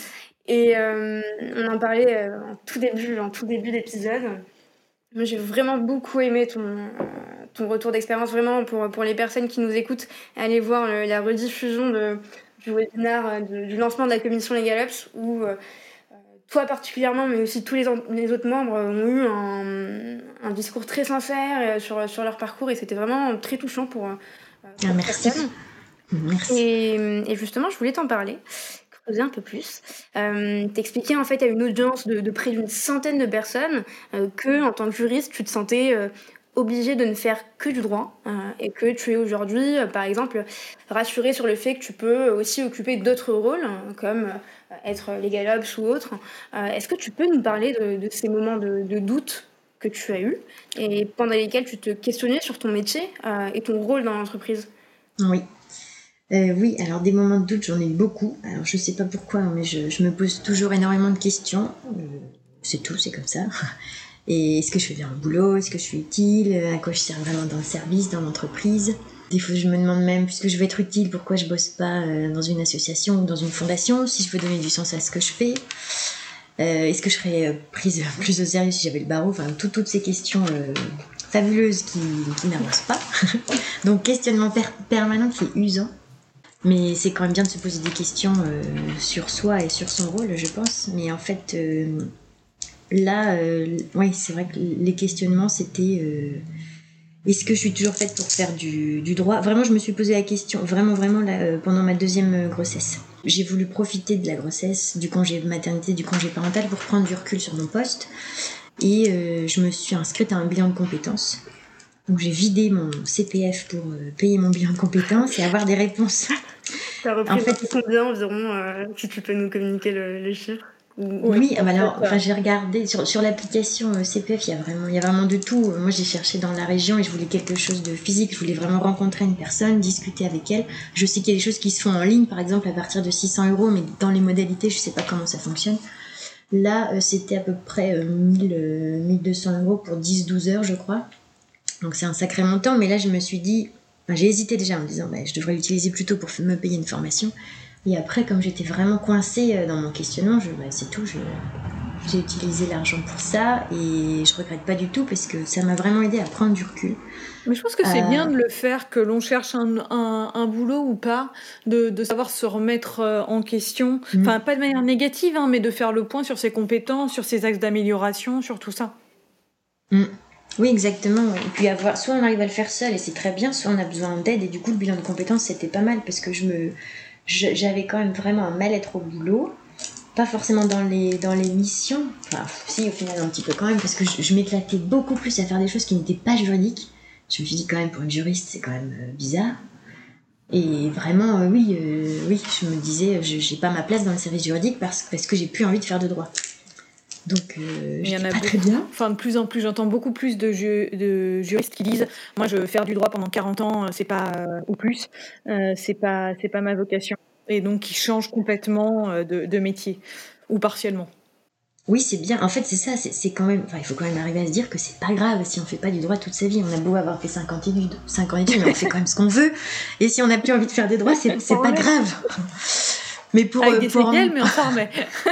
Et euh, on en parlait euh, en tout début, en tout début d'épisode. Moi, j'ai vraiment beaucoup aimé ton, euh, ton retour d'expérience. Vraiment, pour, pour les personnes qui nous écoutent, allez voir le, la rediffusion de, du webinaire, de, du lancement de la commission LegalOps, où euh, toi particulièrement, mais aussi tous les, les autres membres ont eu un, un discours très sincère sur, sur leur parcours, et c'était vraiment très touchant pour, pour ah, merci. Merci. Et, et justement, je voulais t'en parler. Un peu plus. Euh, t'expliquais en fait à une audience de, de près d'une centaine de personnes euh, que, en tant que juriste, tu te sentais euh, obligé de ne faire que du droit euh, et que tu es aujourd'hui, euh, par exemple, rassuré sur le fait que tu peux aussi occuper d'autres rôles, hein, comme euh, être LegalOps ou autre. Euh, est-ce que tu peux nous parler de, de ces moments de, de doute que tu as eus et pendant lesquels tu te questionnais sur ton métier euh, et ton rôle dans l'entreprise ? Oui. Euh, oui, alors des moments de doute, j'en ai eu beaucoup. Alors je sais pas pourquoi, mais je, je me pose toujours énormément de questions. Euh, c'est tout, c'est comme ça. Et est-ce que je fais bien mon boulot ? Est-ce que je suis utile ? À quoi je sers vraiment dans le service, dans l'entreprise ? Des fois, je me demande même, puisque je veux être utile, pourquoi je bosse pas euh, dans une association ou dans une fondation, si je veux donner du sens à ce que je fais. Euh, est-ce que je serais prise plus au sérieux si j'avais le barreau ? Enfin, tout, toutes ces questions euh, fabuleuses qui, qui n'avancent pas. Donc, questionnement per- permanent qui est usant. Mais c'est quand même bien de se poser des questions euh, sur soi et sur son rôle, je pense. Mais en fait, euh, là, euh, oui, c'est vrai que les questionnements, c'était... Euh, est-ce que je suis toujours faite pour faire du, du droit ? Vraiment, je me suis posé la question, vraiment, vraiment, là, euh, pendant ma deuxième grossesse. J'ai voulu profiter de la grossesse, du congé maternité, du congé parental, pour prendre du recul sur mon poste. Et euh, je me suis inscrite à un bilan de compétences. Donc j'ai vidé mon C P F pour euh, payer mon bilan de compétences et avoir des réponses. T'as repris en fait combien environ, euh, si tu peux nous communiquer le, les chiffres ? Oui, oui, alors, enfin, j'ai regardé sur, sur l'application C P F, il y a vraiment, il y a vraiment de tout. Moi, j'ai cherché dans la région et je voulais quelque chose de physique. Je voulais vraiment rencontrer une personne, discuter avec elle. Je sais qu'il y a des choses qui se font en ligne, par exemple, à partir de six cents euros, mais dans les modalités, je sais pas comment ça fonctionne. Là, euh, c'était à peu près euh, mille, euh, mille deux cents euros pour dix douze heures, je crois. Donc, c'est un sacré montant. Mais là, je me suis dit, enfin, j'ai hésité déjà en me disant, bah, je devrais l'utiliser plutôt pour me payer une formation. Et après, comme j'étais vraiment coincée dans mon questionnement, je, bah, c'est tout, je, j'ai utilisé l'argent pour ça et je regrette pas du tout parce que ça m'a vraiment aidé à prendre du recul. Mais je pense que c'est euh... bien de le faire, que l'on cherche un, un, un boulot ou pas, de, de savoir se remettre en question, mmh. Enfin pas de manière négative, hein, mais de faire le point sur ses compétences, sur ses axes d'amélioration, sur tout ça. Mmh. Oui, exactement. Et puis avoir, soit on arrive à le faire seul et c'est très bien, soit on a besoin d'aide et du coup le bilan de compétences c'était pas mal parce que je me... Je, j'avais quand même vraiment un mal-être au boulot, pas forcément dans les, dans les missions, enfin si au final un petit peu quand même, parce que je, je m'éclatais beaucoup plus à faire des choses qui n'étaient pas juridiques. Je me suis dit quand même pour une juriste c'est quand même euh, bizarre. Et vraiment euh, oui, euh, oui, je me disais je, j'ai pas ma place dans le service juridique parce, parce que j'ai plus envie de faire de droit. Donc, euh, il y en a pas beaucoup, très bien. Enfin, de plus en plus, j'entends beaucoup plus de, ju- de juristes qui disent « Moi, je veux faire du droit pendant quarante ans, c'est pas, euh, ou plus, euh, c'est pas, c'est pas ma vocation. » Et donc, qui changent complètement de, de métier, ou partiellement. Oui, c'est bien. En fait, c'est ça, c'est, c'est quand même... Enfin, il faut quand même arriver à se dire que c'est pas grave si on fait pas du droit toute sa vie. On a beau avoir fait cinq ans d'études, cinq ans d'études, mais on fait quand même ce qu'on veut. Et si on n'a plus envie de faire des droits, c'est, c'est pas grave. Mais pour... Avec des pour séquelles, en... mais on s'en remet.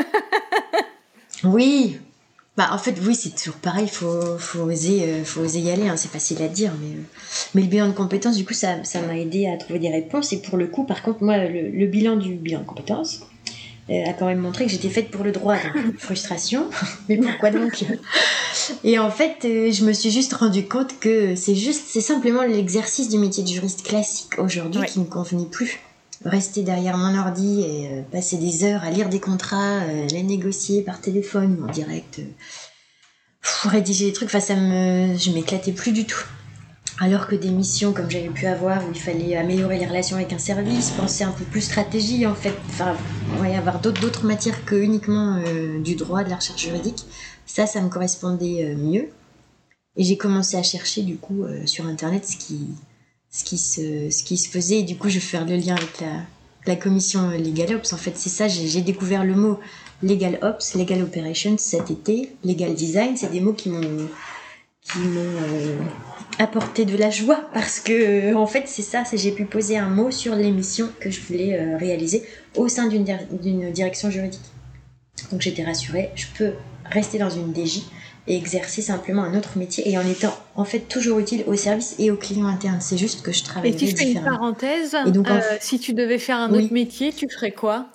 Oui, bah en fait oui c'est toujours pareil, faut faut oser, euh, faut oser y aller, hein, c'est facile à dire, mais euh, mais le bilan de compétences du coup ça ça m'a aidé à trouver des réponses et pour le coup par contre moi le, le bilan du bilan de compétences euh, a quand même montré que j'étais faite pour le droit, donc frustration, mais pourquoi donc? Et en fait euh, je me suis juste rendu compte que c'est juste c'est simplement l'exercice du métier de juriste classique aujourd'hui ouais. qui me convenait plus. Rester derrière mon ordi et euh, passer des heures à lire des contrats, euh, les négocier par téléphone ou en direct, euh, pff, rédiger des trucs, enfin ça me, je m'éclatais plus du tout. Alors que des missions comme j'avais pu avoir où il fallait améliorer les relations avec un service, penser un peu plus stratégie en fait, enfin ouais, avoir d'autres, d'autres matières que uniquement euh, du droit, de la recherche juridique, ça, ça me correspondait euh, mieux. Et j'ai commencé à chercher du coup euh, sur internet ce qui ce qui se ce qui se faisait et du coup je vais faire le lien avec la la commission LegalOps. En fait c'est ça, j'ai, j'ai découvert le mot LegalOps, Legal Operations cet été, Legal Design, c'est des mots qui m'ont qui m'ont euh, apporté de la joie parce que en fait c'est ça, c'est j'ai pu poser un mot sur les missions que je voulais euh, réaliser au sein d'une, d'une direction juridique. Donc j'étais rassurée, je peux rester dans une D J et exercer simplement un autre métier et en étant en fait toujours utile au service et aux clients internes. C'est juste que je travaille différemment. Et si je fais une parenthèse, et donc, euh, f... si tu devais faire un oui. autre métier, tu ferais quoi?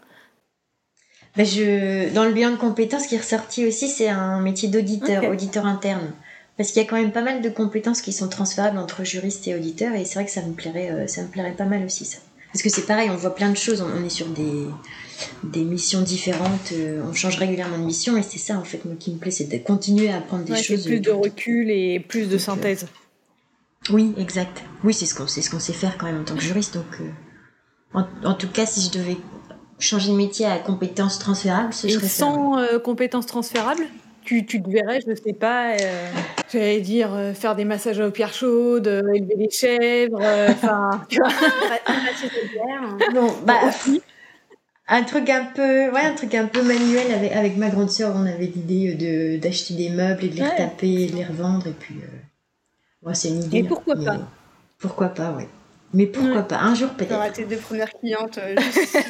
Ben je... Dans le bilan de compétences qui est ressorti aussi, c'est un métier d'auditeur, okay. auditeur interne. Parce qu'il y a quand même pas mal de compétences qui sont transférables entre juristes et auditeurs et c'est vrai que ça me plairait, euh, ça me plairait pas mal aussi ça. Parce que c'est pareil, on voit plein de choses, on est sur des, des missions différentes, euh, on change régulièrement de mission et c'est ça en fait moi qui me plaît, c'est de continuer à apprendre des ouais, choses. C'est plus de recul et plus de synthèse. Euh, oui, exact. Oui, c'est ce qu'on, c'est ce qu'on sait faire quand même en tant que juriste. Donc, euh, en, en tout cas, si je devais changer de métier à compétences transférables, ce et serait sans ça. Euh, ouais. compétences transférables Tu, tu te verrais, je ne sais pas, euh, j'allais dire euh, faire des massages aux pierres chaudes, euh, élever des chèvres, enfin, euh, tu vois. Non, bah, un truc un peu, ouais, un truc un peu manuel avec, avec ma grande sœur, on avait l'idée de, d'acheter des meubles et de les ouais. retaper et de les revendre et puis, euh, ouais, c'est une idée. Et pourquoi mais pas Pourquoi pas, ouais. Mais pourquoi ouais. pas, un jour peut-être. T'auras tes deux premières clientes. Euh, juste...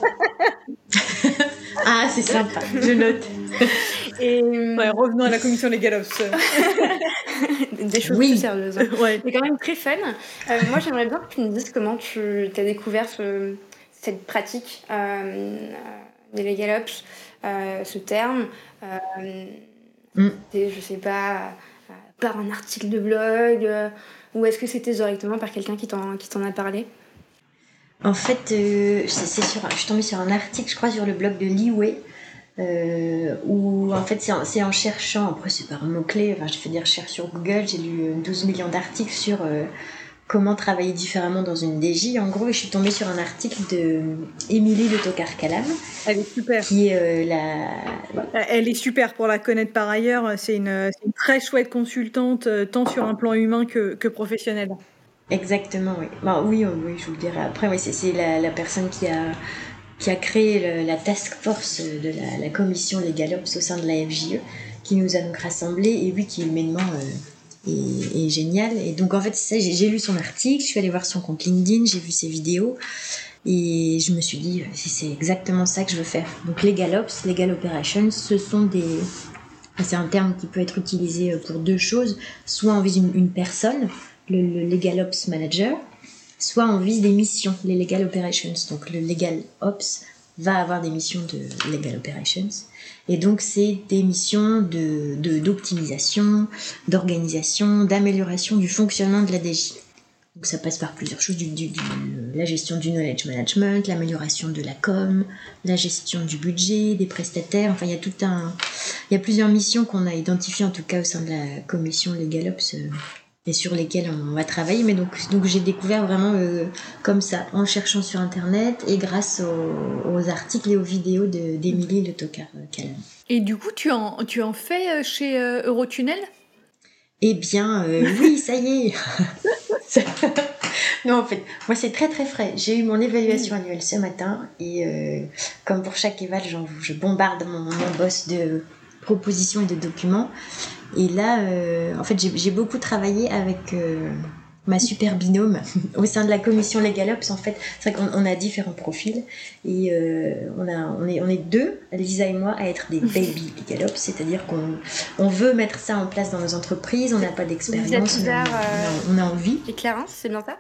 ah, c'est sympa, je note. Et ouais, revenons à la commission LegalOps. Des choses oui. plus sérieuses. Hein. Ouais. Mais quand même très fun. Euh, moi, j'aimerais bien que tu me dises comment tu as découvert ce, cette pratique euh, des LegalOps, euh, ce terme. Euh, mm. Je sais pas, euh, par un article de blog, euh, ou est-ce que c'était directement par quelqu'un qui t'en, qui t'en a parlé? En fait, euh, c'est, c'est sur, je suis tombée sur un article, je crois, sur le blog de Leeway. Euh, où en fait c'est en, c'est en cherchant, après c'est par mots-clés, enfin j'ai fait des recherches sur Google, j'ai lu douze millions d'articles sur, euh, comment travailler différemment dans une D J. En gros, je suis tombée sur un article de Émilie de Tokarkalam. Elle est super. Qui est euh, la... Elle est super, pour la connaître par ailleurs. C'est une, c'est une très chouette consultante, tant sur un plan humain que, que professionnel. Exactement, oui. Bon, oui, oui, je vous le dirai après. Oui, c'est, c'est la, la personne qui a, qui a créé le, la task force de la, la commission LegalOps au sein de la F J E, qui nous a donc rassemblés, et oui, qui humainement euh, est, est génial. Et donc, en fait, c'est ça, j'ai, j'ai lu son article, je suis allée voir son compte LinkedIn, j'ai vu ses vidéos, et je me suis dit, c'est exactement ça que je veux faire. Donc, LegalOps, Legal Operations, ce sont des... C'est un terme qui peut être utilisé pour deux choses. Soit on vise une, une personne, le, le Legal Ops Manager, soit on vise des missions, les Legal Operations. Donc le Legal Ops va avoir des missions de Legal Operations. Et donc c'est des missions de, de, d'optimisation, d'organisation, d'amélioration du fonctionnement de la D J. Donc ça passe par plusieurs choses, du, du, du, la gestion du knowledge management, l'amélioration de la com, la gestion du budget, des prestataires, enfin il y a tout un... Il y a plusieurs missions qu'on a identifiées en tout cas au sein de la commission LegalOps euh, et sur lesquelles on va travailler. Mais donc, donc j'ai découvert vraiment euh, comme ça, en cherchant sur internet et grâce aux, aux articles et aux vidéos de, d'Émilie de Tokarkalam. Et du coup tu en, tu en fais chez euh, Eurotunnel ? Eh bien, euh, oui, ça y est. Non, en fait, moi c'est très très frais. J'ai eu mon évaluation annuelle ce matin et euh, comme pour chaque éval, genre, je bombarde mon, mon boss de propositions et de documents. Et là, euh, en fait, j'ai, j'ai beaucoup travaillé avec euh, ma super binôme au sein de la commission LegalOps. En fait, c'est vrai qu'on on a différents profils et euh, on, a, on, est, on est deux, Lisa et moi, à être des baby LegalOps, c'est-à-dire qu'on on veut mettre ça en place dans nos entreprises, on n'a pas d'expérience, Vous êtes on, a, vers, euh, on, a, on a envie. Et Clarence, c'est bien ça ?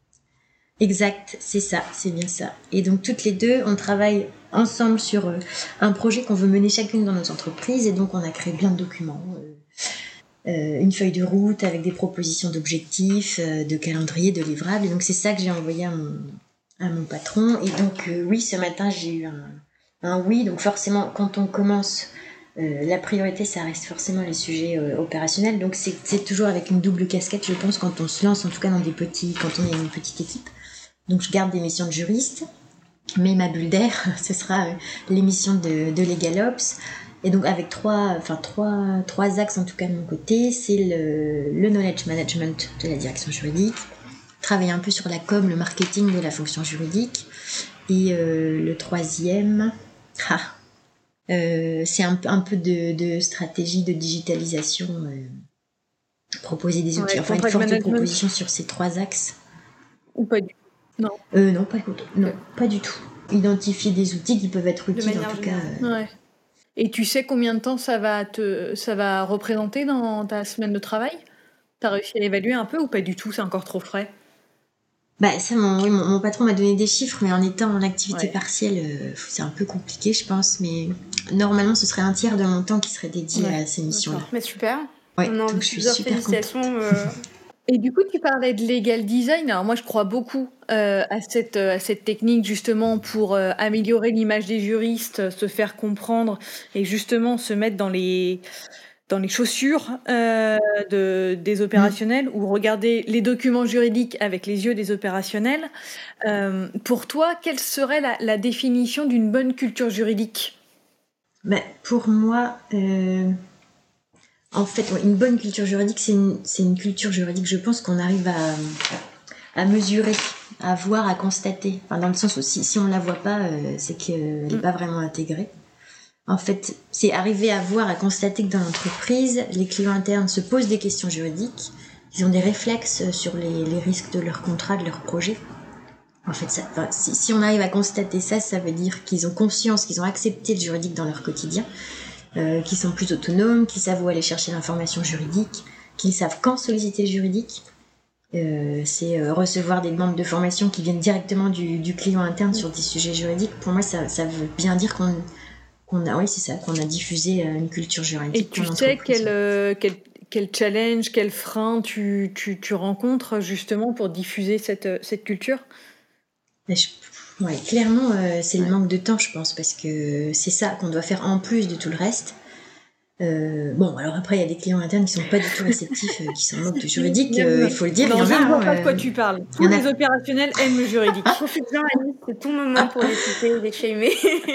Exact, c'est ça, c'est bien ça. Et donc toutes les deux, on travaille ensemble sur euh, un projet qu'on veut mener chacune dans nos entreprises et donc on a créé plein de documents. Euh, Euh, une feuille de route avec des propositions d'objectifs, euh, de calendrier, de livrables. Et donc c'est ça que j'ai envoyé à mon, à mon patron. Et donc euh, oui, ce matin j'ai eu un, un oui. Donc forcément, quand on commence, euh, la priorité, ça reste forcément les sujets euh, opérationnels. Donc c'est, c'est toujours avec une double casquette, je pense, quand on se lance, en tout cas dans des petits, quand on est une petite équipe. Donc je garde des missions de juriste, mais ma bulle d'air, ce sera euh, les missions de, de LegalOps. Et donc avec trois, enfin trois, trois axes en tout cas de mon côté, c'est le, le knowledge management de la direction juridique, travailler un peu sur la com, le marketing de la fonction juridique, et euh, le troisième, ah, euh, c'est un, un peu de, de stratégie de digitalisation, euh, proposer des outils, ouais, enfin une force de proposition sur ces trois axes. Ou pas du tout. Non. Euh, non, pas, non, pas du tout. Identifier des outils qui peuvent être utiles en tout cas. Euh, ouais. Et tu sais combien de temps ça va, te, ça va représenter dans ta semaine de travail ? T'as réussi à l'évaluer un peu ou pas du tout ? C'est encore trop frais ? Bah ça, mon, oui, mon, mon patron m'a donné des chiffres, mais en étant en activité ouais. partielle, euh, c'est un peu compliqué, je pense. Mais normalement, ce serait un tiers de mon temps qui serait dédié ouais. à ces missions-là. Mais super. Ouais, On a donc je suis super félicitations. Euh... Et du coup, tu parlais de legal design. Alors moi, je crois beaucoup euh, à cette à cette technique justement pour euh, améliorer l'image des juristes, se faire comprendre et justement se mettre dans les dans les chaussures euh, de des opérationnels mmh. ou regarder les documents juridiques avec les yeux des opérationnels. Euh, pour toi, quelle serait la, la définition d'une bonne culture juridique ? Ben, pour moi. Euh... En fait, ouais, une bonne culture juridique, c'est une, c'est une culture juridique, je pense, qu'on arrive à, à mesurer, à voir, à constater. Enfin, dans le sens où si, si on ne la voit pas, euh, c'est qu'elle n'est pas vraiment intégrée. En fait, c'est arriver à voir, à constater que dans l'entreprise, les clients internes se posent des questions juridiques, ils ont des réflexes sur les, les risques de leur contrat, de leur projet. En fait, ça, enfin, si, si on arrive à constater ça, ça veut dire qu'ils ont conscience, qu'ils ont accepté le juridique dans leur quotidien. Euh, qui sont plus autonomes, qui savent où aller chercher l'information juridique, qui savent quand solliciter le juridique. Euh, c'est euh, recevoir des demandes de formation qui viennent directement du, du client interne sur des sujets juridiques. Pour moi, ça, ça veut bien dire qu'on, qu'on a, oui, c'est ça, qu'on a diffusé une culture juridique. Et tu sais quel, euh, quel, quel challenge, quel frein tu, tu, tu rencontres justement pour diffuser cette, cette culture ? Mais je... Ouais, clairement, euh, c'est ouais. le manque de temps, je pense, parce que c'est ça qu'on doit faire en plus de tout le reste. Euh, bon, alors après, il y a des clients internes qui sont pas du tout réceptifs, euh, qui s'en moquent du juridique, euh, il faut le dire. Non, il y en je a, ne vois hein, pas de quoi euh, tu parles. il Tous y en a- les opérationnels aiment le juridique. Profite-en, Alice, c'est ton moment pour les citer, les shamer.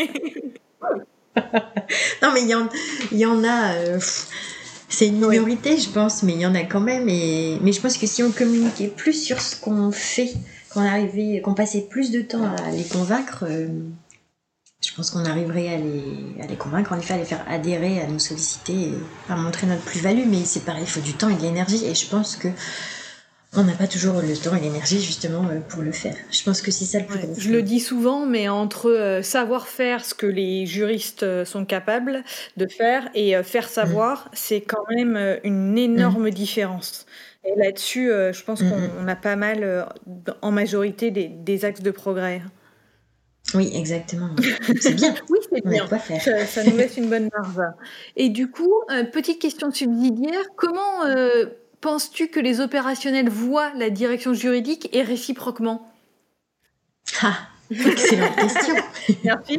Non, mais il y en, il y en a. euh, pff, c'est une minorité, je pense, mais il y en a quand même. Et... Mais je pense que si on communiquait plus sur ce qu'on fait, qu'on arrivait, qu'on passait plus de temps à les convaincre, euh, je pense qu'on arriverait à les, à les convaincre, en effet, à les faire adhérer, à nous solliciter, et à montrer notre plus-value. Mais c'est pareil, il faut du temps et de l'énergie. Et je pense que on n'a pas toujours le temps et l'énergie, justement, euh, pour le faire. Je pense que c'est ça le plus Ouais, gros. je le dis souvent, mais entre euh, savoir faire ce que les juristes euh, sont capables de faire et euh, faire savoir, mmh. c'est quand même euh, une énorme mmh. différence. Et là-dessus, euh, je pense mmh. qu'on on a pas mal, euh, en majorité, des, des axes de progrès. Oui, exactement. C'est bien. Oui, c'est on bien. a quoi faire. Ça, ça nous laisse une bonne marge. Et du coup, euh, petite question subsidiaire, comment euh, penses-tu que les opérationnels voient la direction juridique et réciproquement ? Ah, excellente question. Merci.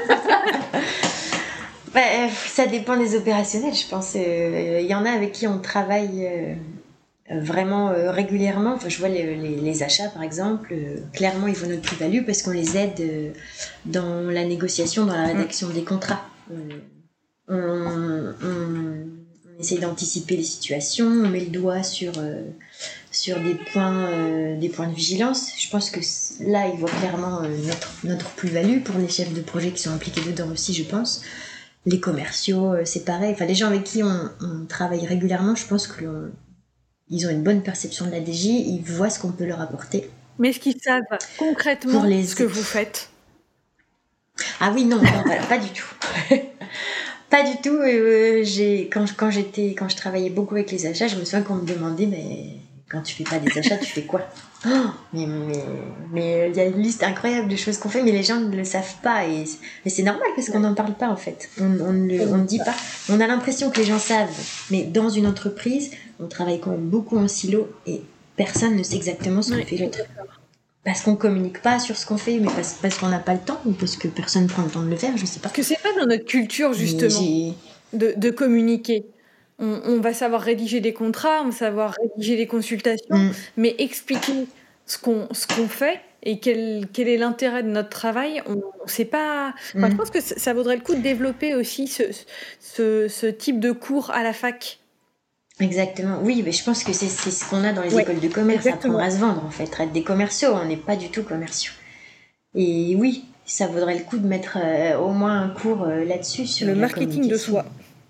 Bah, euh, ça dépend des opérationnels, je pense. Il euh, y en a avec qui on travaille euh, vraiment euh, régulièrement. Enfin, je vois les, les, les achats, par exemple. Euh, clairement, ils voient notre plus-value parce qu'on les aide euh, dans la négociation, dans la rédaction mmh. des contrats. Euh, on, on, on essaie d'anticiper les situations, on met le doigt sur... Euh, sur des points, euh, des points de vigilance. Je pense que là, ils voient clairement euh, notre, notre plus-value pour les chefs de projet qui sont impliqués dedans aussi, je pense. Les commerciaux, euh, c'est pareil. Enfin, les gens avec qui on, on travaille régulièrement, je pense qu'ils ont une bonne perception de la D J, ils voient ce qu'on peut leur apporter. Mais est-ce qu'ils savent concrètement les... ce que vous faites ? Ah oui, non, non voilà, pas du tout. Pas du tout. Euh, j'ai, quand, quand, j'étais, quand je travaillais beaucoup avec les achats, je me souviens qu'on me demandait, mais... Quand tu fais pas des achats, tu fais quoi ? Oh, mais mais mais il y a une liste incroyable de choses qu'on fait, mais les gens ne le savent pas et mais c'est normal parce qu'on n'en parle pas en fait. On on ne on ne dit pas. On a l'impression que les gens savent, mais dans une entreprise, on travaille quand même beaucoup en silo et personne ne sait exactement ce qu'on oui, fait l'autre. Parce qu'on communique pas sur ce qu'on fait, mais parce, parce qu'on n'a pas le temps ou parce que personne prend le temps de le faire, je sais pas. Parce que c'est pas dans notre culture justement de de communiquer. On, on va savoir rédiger des contrats, on va savoir rédiger des consultations, mmh. mais expliquer ce qu'on, ce qu'on fait et quel, quel est l'intérêt de notre travail, on ne sait pas... Enfin, mmh. Je pense que ça, ça vaudrait le coup de développer aussi ce, ce, ce type de cours à la fac. Exactement, oui, mais je pense que c'est, c'est ce qu'on a dans les ouais, écoles de commerce, exactement. Apprendre à se vendre en fait, être des commerciaux, on n'est pas du tout commerciaux. Et oui, ça vaudrait le coup de mettre euh, au moins un cours euh, là-dessus sur le marketing de soi.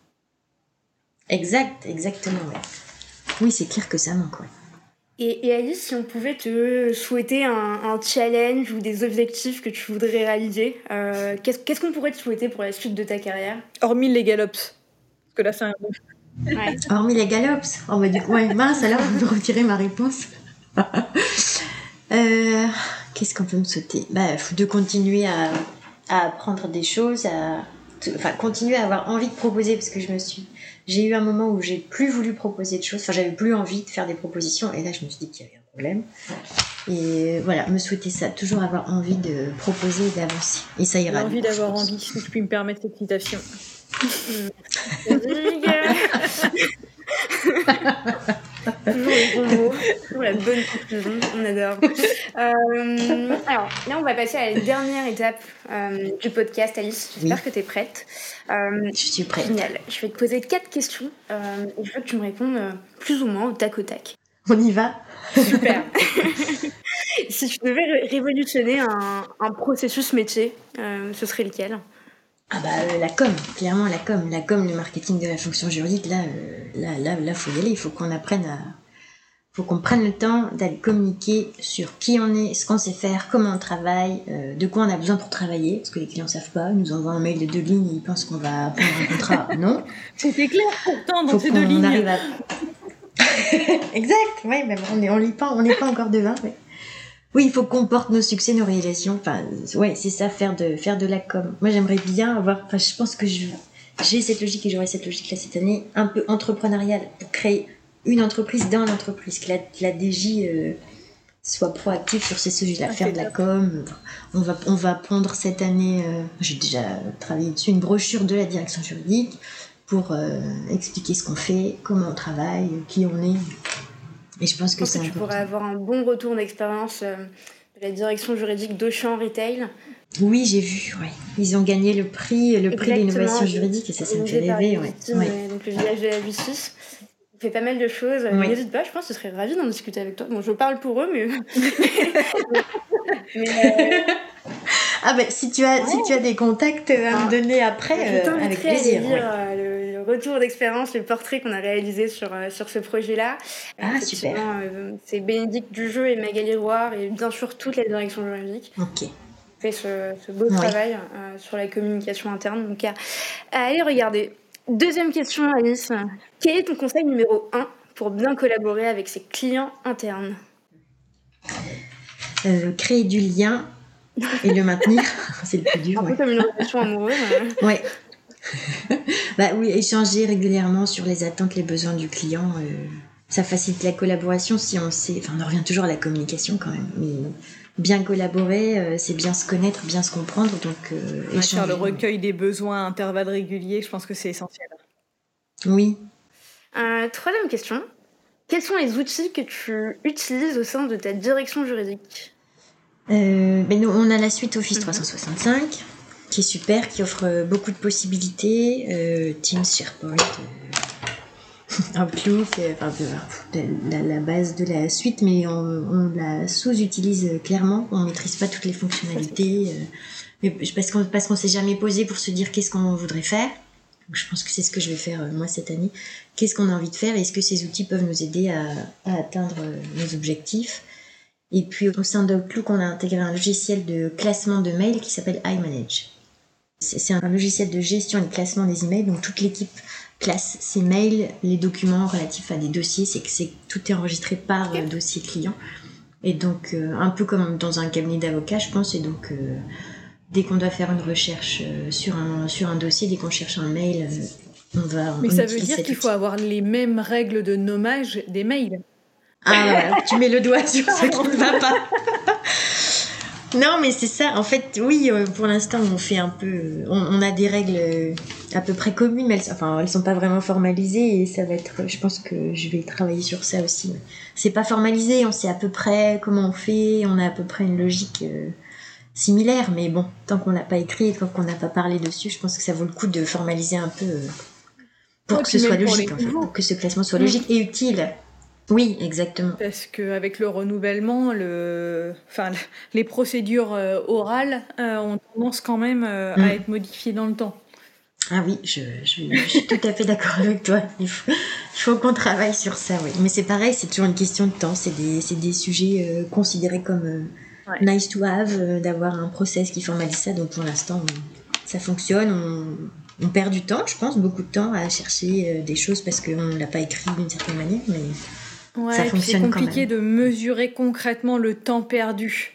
Exact, exactement, ouais. Oui, c'est clair que ça manque, ouais. Et, et Alice, si on pouvait te souhaiter un, un challenge ou des objectifs que tu voudrais réaliser, euh, qu'est-ce, qu'est-ce qu'on pourrait te souhaiter pour la suite de ta carrière ? Hormis les galops. Parce que là, c'est un... Ouais. Hormis les galops. Oh, bah, du coup, ouais, mince, alors, vous me retirez ma réponse. euh, qu'est-ce qu'on peut me souhaiter ? Bah, de continuer à, à apprendre des choses, à... Enfin, continuer à avoir envie de proposer, parce que je me suis... J'ai eu un moment où j'ai plus voulu proposer de choses, enfin j'avais plus envie de faire des propositions et là je me suis dit qu'il y avait un problème. Et voilà, me souhaiter ça, toujours avoir envie de proposer et d'avancer. Et ça ira. J'ai envie d'avoir envie, si je puis me permettre cette citation. Toujours les bons mots, toujours la bonne conclusion, on adore. Euh, alors là, on va passer à la dernière étape euh, du podcast, Alice. J'espère oui. que tu es prête. Euh, je suis prête. Génial. Je vais te poser quatre questions euh, et je veux que tu me répondes euh, plus ou moins au tac au tac. On y va. Super. Si tu devais ré- révolutionner un, un processus métier, euh, ce serait lequel ? Ah bah euh, la com, clairement la com, la com, le marketing de la fonction juridique, là, euh, là, là, là, faut y aller, il faut qu'on apprenne à, faut qu'on prenne le temps d'aller communiquer sur qui on est, ce qu'on sait faire, comment on travaille, euh, de quoi on a besoin pour travailler, parce que les clients savent pas, ils nous envoient un mail de deux lignes, et ils pensent qu'on va prendre un contrat, non. C'était clair pourtant dans faut ces deux lignes. Arrive à... exact, ouais, mais on est, on lit pas, on n'est pas encore devin, mais... Oui, il faut qu'on porte nos succès, nos réalisations. Enfin, ouais, c'est ça, faire de, faire de la com. Moi, j'aimerais bien avoir, enfin, je pense que je, j'ai cette logique et j'aurai cette logique là cette année, un peu entrepreneuriale, pour créer une entreprise dans l'entreprise, que la, la D J euh, soit proactive sur ces sujets-là, ah, faire de la top. com. On va, on va pondre cette année, euh, j'ai déjà travaillé dessus, une brochure de la direction juridique pour euh, expliquer ce qu'on fait, comment on travaille, qui on est. Et je pense que c'est important. Tu pourrais avoir un bon retour d'expérience euh, de la direction juridique d'Auchan Retail. Oui, j'ai vu, ouais. Ils ont gagné le prix, le prix de l'innovation juridique et ça, ça me fait rêver. Ouais. Ouais. Donc le village de la justice. On fait pas mal de choses. Oui. N'hésite pas, je pense que je serais ravie d'en discuter avec toi. Bon, je parle pour eux, mais... mais euh... Ah ben, si tu as, ouais. si tu as des contacts à ah. me donner après, euh, avec plaisir. Je lire ouais. le, le retour d'expérience, le portrait qu'on a réalisé sur, euh, sur ce projet-là. Ah, super. Euh, c'est Bénédicte Dujeu et Magali Roire et bien sûr toute la direction juridique. Ok. Fait ce, ce beau ouais. travail euh, sur la communication interne. Donc, à, à aller regarder. Deuxième question, Alice. Quel est ton conseil numéro un pour bien collaborer avec ses clients internes ? euh, Créer du lien et le maintenir, c'est le plus dur. Un ouais. peu comme une relation amoureuse. Euh... Ouais. bah oui, échanger régulièrement sur les attentes, les besoins du client, euh, ça facilite la collaboration si on sait. Enfin, on en revient toujours à la communication quand même. Mais bien collaborer, euh, c'est bien se connaître, bien se comprendre. Donc, euh, ouais, faire le recueil des besoins à intervalles réguliers, je pense que c'est essentiel. Oui. Euh, troisième question. Quels sont les outils que tu utilises au sein de ta direction juridique ? Euh, ben nous, on a la suite Office trois cent soixante-cinq mm-hmm. qui est super, qui offre beaucoup de possibilités, euh, Teams, SharePoint, euh, Outlook, euh, enfin, de, de, la, la base de la suite, mais on, on la sous-utilise clairement, on maîtrise pas toutes les fonctionnalités, euh, mais parce qu'on parce qu'on s'est jamais posé pour se dire qu'est-ce qu'on voudrait faire. Donc, je pense que c'est ce que je vais faire euh, moi cette année. Qu'est-ce qu'on a envie de faire et est-ce que ces outils peuvent nous aider à, à atteindre euh, nos objectifs? Et puis au sein d'Outlook, on a intégré un logiciel de classement de mails qui s'appelle iManage. C'est, c'est un logiciel de gestion et de classement des emails, donc toute l'équipe classe ses mails, les documents relatifs à des dossiers, c'est que c'est, tout est enregistré par euh, dossier client. Et donc euh, un peu comme dans un cabinet d'avocats, je pense, et donc euh, dès qu'on doit faire une recherche euh, sur, un, sur un dossier, dès qu'on cherche un mail, euh, on va... Mais on ça veut dire qu'il outil. Faut avoir les mêmes règles de nommage des mails. Ah, voilà, tu mets le doigt sur ce qui ne va pas. Non, mais c'est ça. En fait, oui, pour l'instant, on fait un peu... On, on a des règles à peu près communes, mais elles, enfin, elles sont pas vraiment formalisées et ça va être... Je pense que je vais travailler sur ça aussi. C'est pas formalisé, on sait à peu près comment on fait, on a à peu près une logique euh, similaire, mais bon, tant qu'on l'a pas écrit et tant qu'on n'a pas parlé dessus, je pense que ça vaut le coup de formaliser un peu euh, pour ouais, que ce soit logique, en fait, pour que ce classement soit logique mmh. et utile. Oui, exactement. Parce qu'avec le renouvellement, le... enfin, les procédures euh, orales euh, ont tendance quand même euh, mmh. à être modifiées dans le temps. Ah oui, je, je, je suis tout à fait d'accord avec toi. Il faut, il faut qu'on travaille sur ça, oui. Mais c'est pareil, c'est toujours une question de temps. C'est des, c'est des sujets euh, considérés comme euh, ouais. nice to have, euh, d'avoir un process qui formalise ça. Donc pour l'instant, on, ça fonctionne. On, on perd du temps, je pense, beaucoup de temps à chercher euh, des choses parce qu'on ne l'a pas écrit d'une certaine manière, mais... Ouais, ça fonctionne c'est compliqué de mesurer concrètement le temps perdu.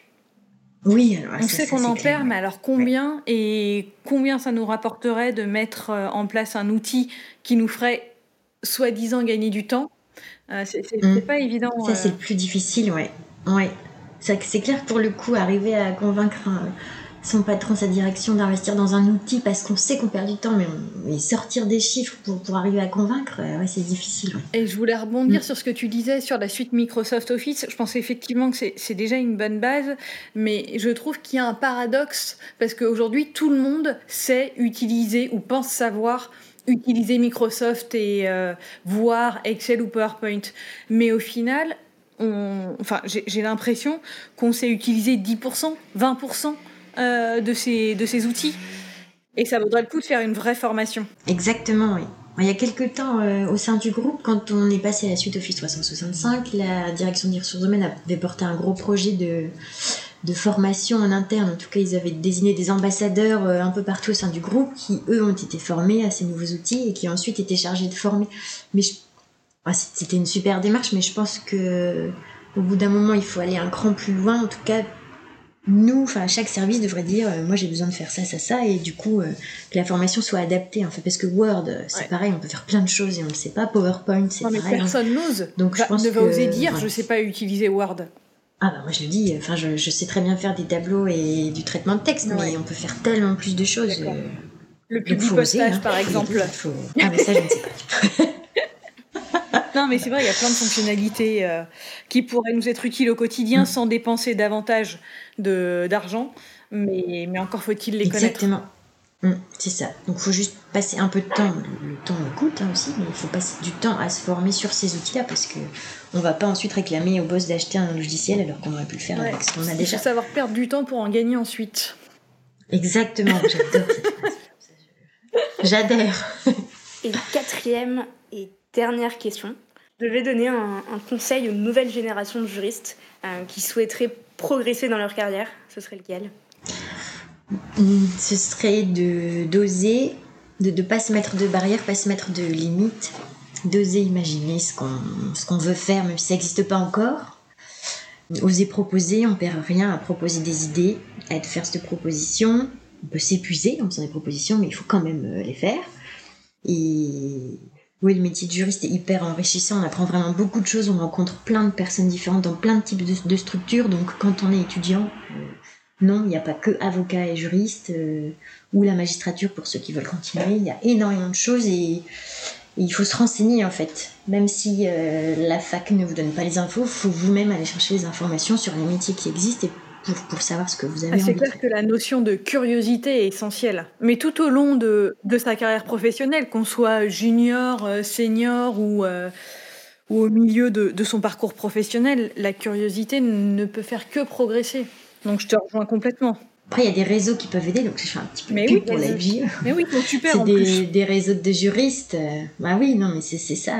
Oui, alors, on ça, sait ça, qu'on en clair, perd, ouais. mais alors combien ouais. et combien ça nous rapporterait de mettre en place un outil qui nous ferait soi-disant gagner du temps. euh, c'est, c'est, mmh. c'est pas évident. Ça euh... c'est le plus difficile, ouais. Ouais. Ça, c'est clair que pour le coup, arriver à convaincre un, son patron, sa direction d'investir dans un outil parce qu'on sait qu'on perd du temps, mais, on, mais sortir des chiffres pour, pour arriver à convaincre, ouais, c'est difficile. Ouais. Et je voulais rebondir mmh. sur ce que tu disais sur la suite Microsoft Office. Je pense effectivement que c'est, c'est déjà une bonne base, mais je trouve qu'il y a un paradoxe parce qu'aujourd'hui, tout le monde sait utiliser ou pense savoir utiliser Microsoft et euh, voir Excel ou PowerPoint. Mais au final, on, enfin, j'ai, j'ai l'impression qu'on sait utiliser dix pour cent, vingt pour cent Euh, de, ces, de ces outils. Et ça vaudrait le coup de faire une vraie formation. Exactement, oui. Il y a quelques temps, euh, au sein du groupe, quand on est passé à la suite Office trois cent soixante-cinq, la direction des ressources humaines avait porté un gros projet de, de formation en interne. En tout cas, ils avaient désigné des ambassadeurs euh, un peu partout au sein du groupe qui, eux, ont été formés à ces nouveaux outils et qui ensuite étaient chargés de former. Mais je... ah, c'était une super démarche, mais je pense que au bout d'un moment, il faut aller un cran plus loin. En tout cas, nous, enfin chaque service devrait dire euh, moi j'ai besoin de faire ça, ça, ça, et du coup euh, que la formation soit adaptée en fait, parce que Word c'est ouais. pareil, on peut faire plein de choses et on ne sait pas. PowerPoint c'est non, mais pareil. Personne hein. n'ose. Donc bah, je pense ne va que, oser dire ouais. je sais pas utiliser Word. Ah bah moi je le dis, enfin je, je sais très bien faire des tableaux et du traitement de texte, ouais. mais on peut faire tellement plus de choses. Euh... Le publipostage, hein, par exemple. Faut... Ah, mais ça, je ne sais pas. Non, mais c'est vrai, il y a plein de fonctionnalités euh, qui pourraient nous être utiles au quotidien mmh. sans dépenser davantage de, d'argent, mais, mais encore faut-il les Exactement. connaître. Mmh, c'est ça. Donc, il faut juste passer un peu de temps. Le, le temps coûte hein, aussi, mais il faut passer du temps à se former sur ces outils-là parce qu'on ne va pas ensuite réclamer au boss d'acheter un logiciel alors qu'on aurait pu le faire ouais. avec ce qu'on a déjà. Il faut savoir perdre du temps pour en gagner ensuite. Exactement, j'adore cette phrase. J'adhère. Et quatrième et dernière question. Je vais donner un, un conseil aux nouvelles générations de juristes euh, qui souhaiteraient progresser dans leur carrière. Ce serait lequel ? Ce serait de, d'oser, de ne pas se mettre de barrières, pas se mettre de limites, d'oser imaginer ce qu'on, ce qu'on veut faire, même si ça n'existe pas encore. Oser proposer, on ne perd rien à proposer des idées, à être faire cette proposition. On peut s'épuiser en faisant des propositions, mais il faut quand même les faire. Et oui, le métier de juriste est hyper enrichissant. On apprend vraiment beaucoup de choses. On rencontre plein de personnes différentes dans plein de types de, de structures. Donc, quand on est étudiant, euh, non, il n'y a pas que avocat et juriste euh, ou la magistrature pour ceux qui veulent continuer. Il y a énormément de choses et, et il faut se renseigner en fait. Même si euh, la fac ne vous donne pas les infos, il faut vous-même aller chercher les informations sur les métiers qui existent et Pour, pour savoir ce que vous avez ah, envie c'est clair de faire. Que la notion de curiosité est essentielle. Mais tout au long de, de sa carrière professionnelle, qu'on soit junior, senior ou, euh, ou au milieu de, de son parcours professionnel, la curiosité ne peut faire que progresser. Donc je te rejoins complètement. Après, il y a des réseaux qui peuvent aider, donc je fais un petit peu mais pub oui, pour la F J E. Mais oui, donc super c'est en des, plus. des réseaux de juristes. Bah oui, non, mais c'est, c'est ça.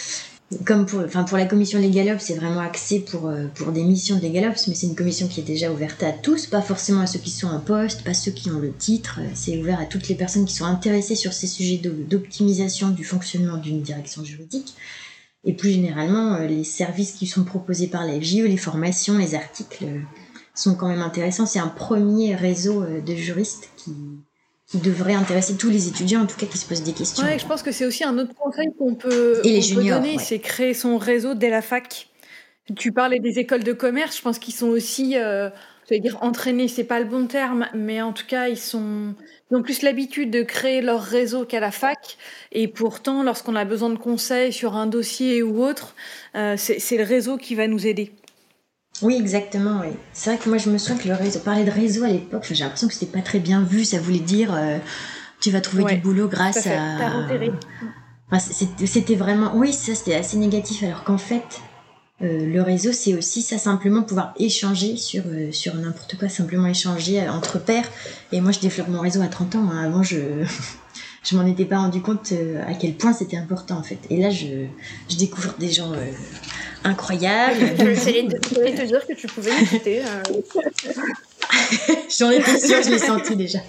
Comme pour, enfin pour la commission LegalOps, c'est vraiment axé pour, pour des missions de LegalOps, mais c'est une commission qui est déjà ouverte à tous, pas forcément à ceux qui sont en poste, pas ceux qui ont le titre. C'est ouvert à toutes les personnes qui sont intéressées sur ces sujets d'optimisation du fonctionnement d'une direction juridique. Et plus généralement, les services qui sont proposés par la F J E, les formations, les articles sont quand même intéressants. C'est un premier réseau de juristes qui... qui devrait intéresser tous les étudiants, en tout cas qui se posent des questions. Ouais, je pense que c'est aussi un autre conseil qu'on peut, Et les qu'on juniors, peut donner, ouais. c'est créer son réseau dès la fac. Tu parlais des écoles de commerce, je pense qu'ils sont aussi, euh, je vais dire entraînés, c'est pas le bon terme, mais en tout cas ils sont, ils ont plus l'habitude de créer leur réseau qu'à la fac. Et pourtant, lorsqu'on a besoin de conseils sur un dossier ou autre, euh, c'est, c'est le réseau qui va nous aider. Oui, exactement, oui. C'est vrai que moi, je me souviens que le réseau, parler de réseau à l'époque, j'ai l'impression que c'était pas très bien vu. Ça voulait dire, euh, tu vas trouver ouais, du boulot grâce à... T'as repéré. Enfin, c'était, c'était vraiment... Oui, ça, c'était assez négatif. Alors qu'en fait, euh, le réseau, c'est aussi ça, simplement pouvoir échanger sur, euh, sur n'importe quoi, simplement échanger entre pairs. Et moi, je développe mon réseau à trente ans. Hein. Avant, je... je m'en étais pas rendu compte à quel point c'était important, en fait. Et là, je, je découvre des gens... Euh, incroyable. J'allais te, te dire que tu pouvais l'écouter. Euh... J'en étais sûre, je l'ai senti déjà.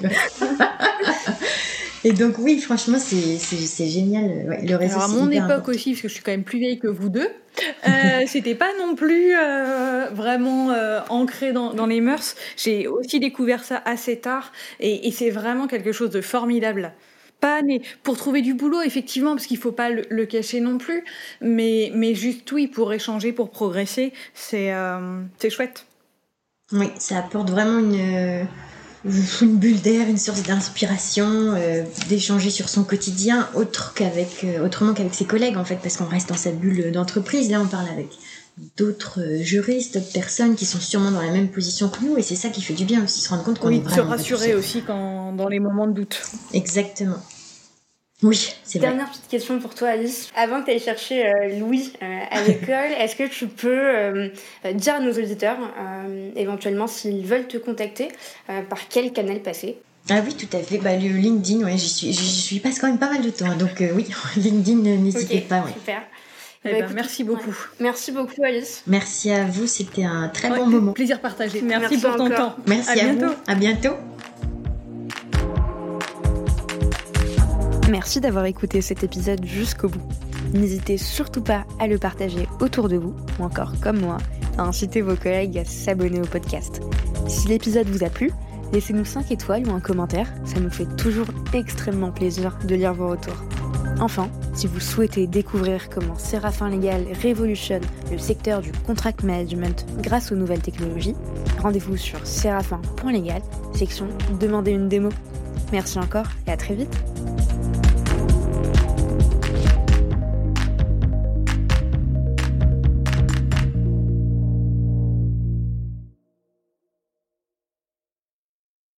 Et donc oui, franchement, c'est, c'est, c'est génial. Ouais, le réseau, alors à c'est mon hyper époque important. aussi, parce que je suis quand même plus vieille que vous deux, euh, c'était pas non plus euh, vraiment euh, ancré dans, dans les mœurs. J'ai aussi découvert ça assez tard, et, et c'est vraiment quelque chose de formidable. Pas né pour trouver du boulot, effectivement, parce qu'il faut pas le, le cacher non plus, mais, mais juste oui, pour échanger, pour progresser, c'est, euh, c'est chouette. Oui, ça apporte vraiment une, une bulle d'air, une source d'inspiration, euh, d'échanger sur son quotidien, autre qu'avec, euh, autrement qu'avec ses collègues, en fait, parce qu'on reste dans sa bulle d'entreprise. Là, on parle avec d'autres juristes, d'autres personnes qui sont sûrement dans la même position que nous, et c'est ça qui fait du bien aussi, se rendre compte qu'on oui, est vraiment se rassurer aussi quand, dans les moments de doute. Exactement. Oui, c'est Dernière vrai. petite question pour toi, Alice. Avant que tu ailles chercher euh, Louis euh, à l'école, est-ce que tu peux euh, dire à nos auditeurs, euh, éventuellement, s'ils veulent te contacter, euh, par quel canal passer ? Ah oui, tout à fait. Bah, le LinkedIn, ouais, j'y suis, j'y suis passe quand même pas mal de temps, donc euh, oui, LinkedIn, n'hésitez okay, pas. Ouais. Super. Eh ben, écoute, merci beaucoup. Ouais. Merci beaucoup, Alice. Merci à vous, c'était un très ouais, bon moment. Plaisir partagé. Merci, merci pour ton encore. temps. Merci à, à bientôt. vous. À bientôt. Merci d'avoir écouté cet épisode jusqu'au bout. N'hésitez surtout pas à le partager autour de vous, ou encore comme moi, à inciter vos collègues à s'abonner au podcast. Si l'épisode vous a plu, laissez-nous cinq étoiles ou un commentaire, ça nous fait toujours extrêmement plaisir de lire vos retours. Enfin, si vous souhaitez découvrir comment Séraphin Légal révolutionne le secteur du contract management grâce aux nouvelles technologies, rendez-vous sur séraphin point légal, section « Demandez une démo ». Merci encore et à très vite.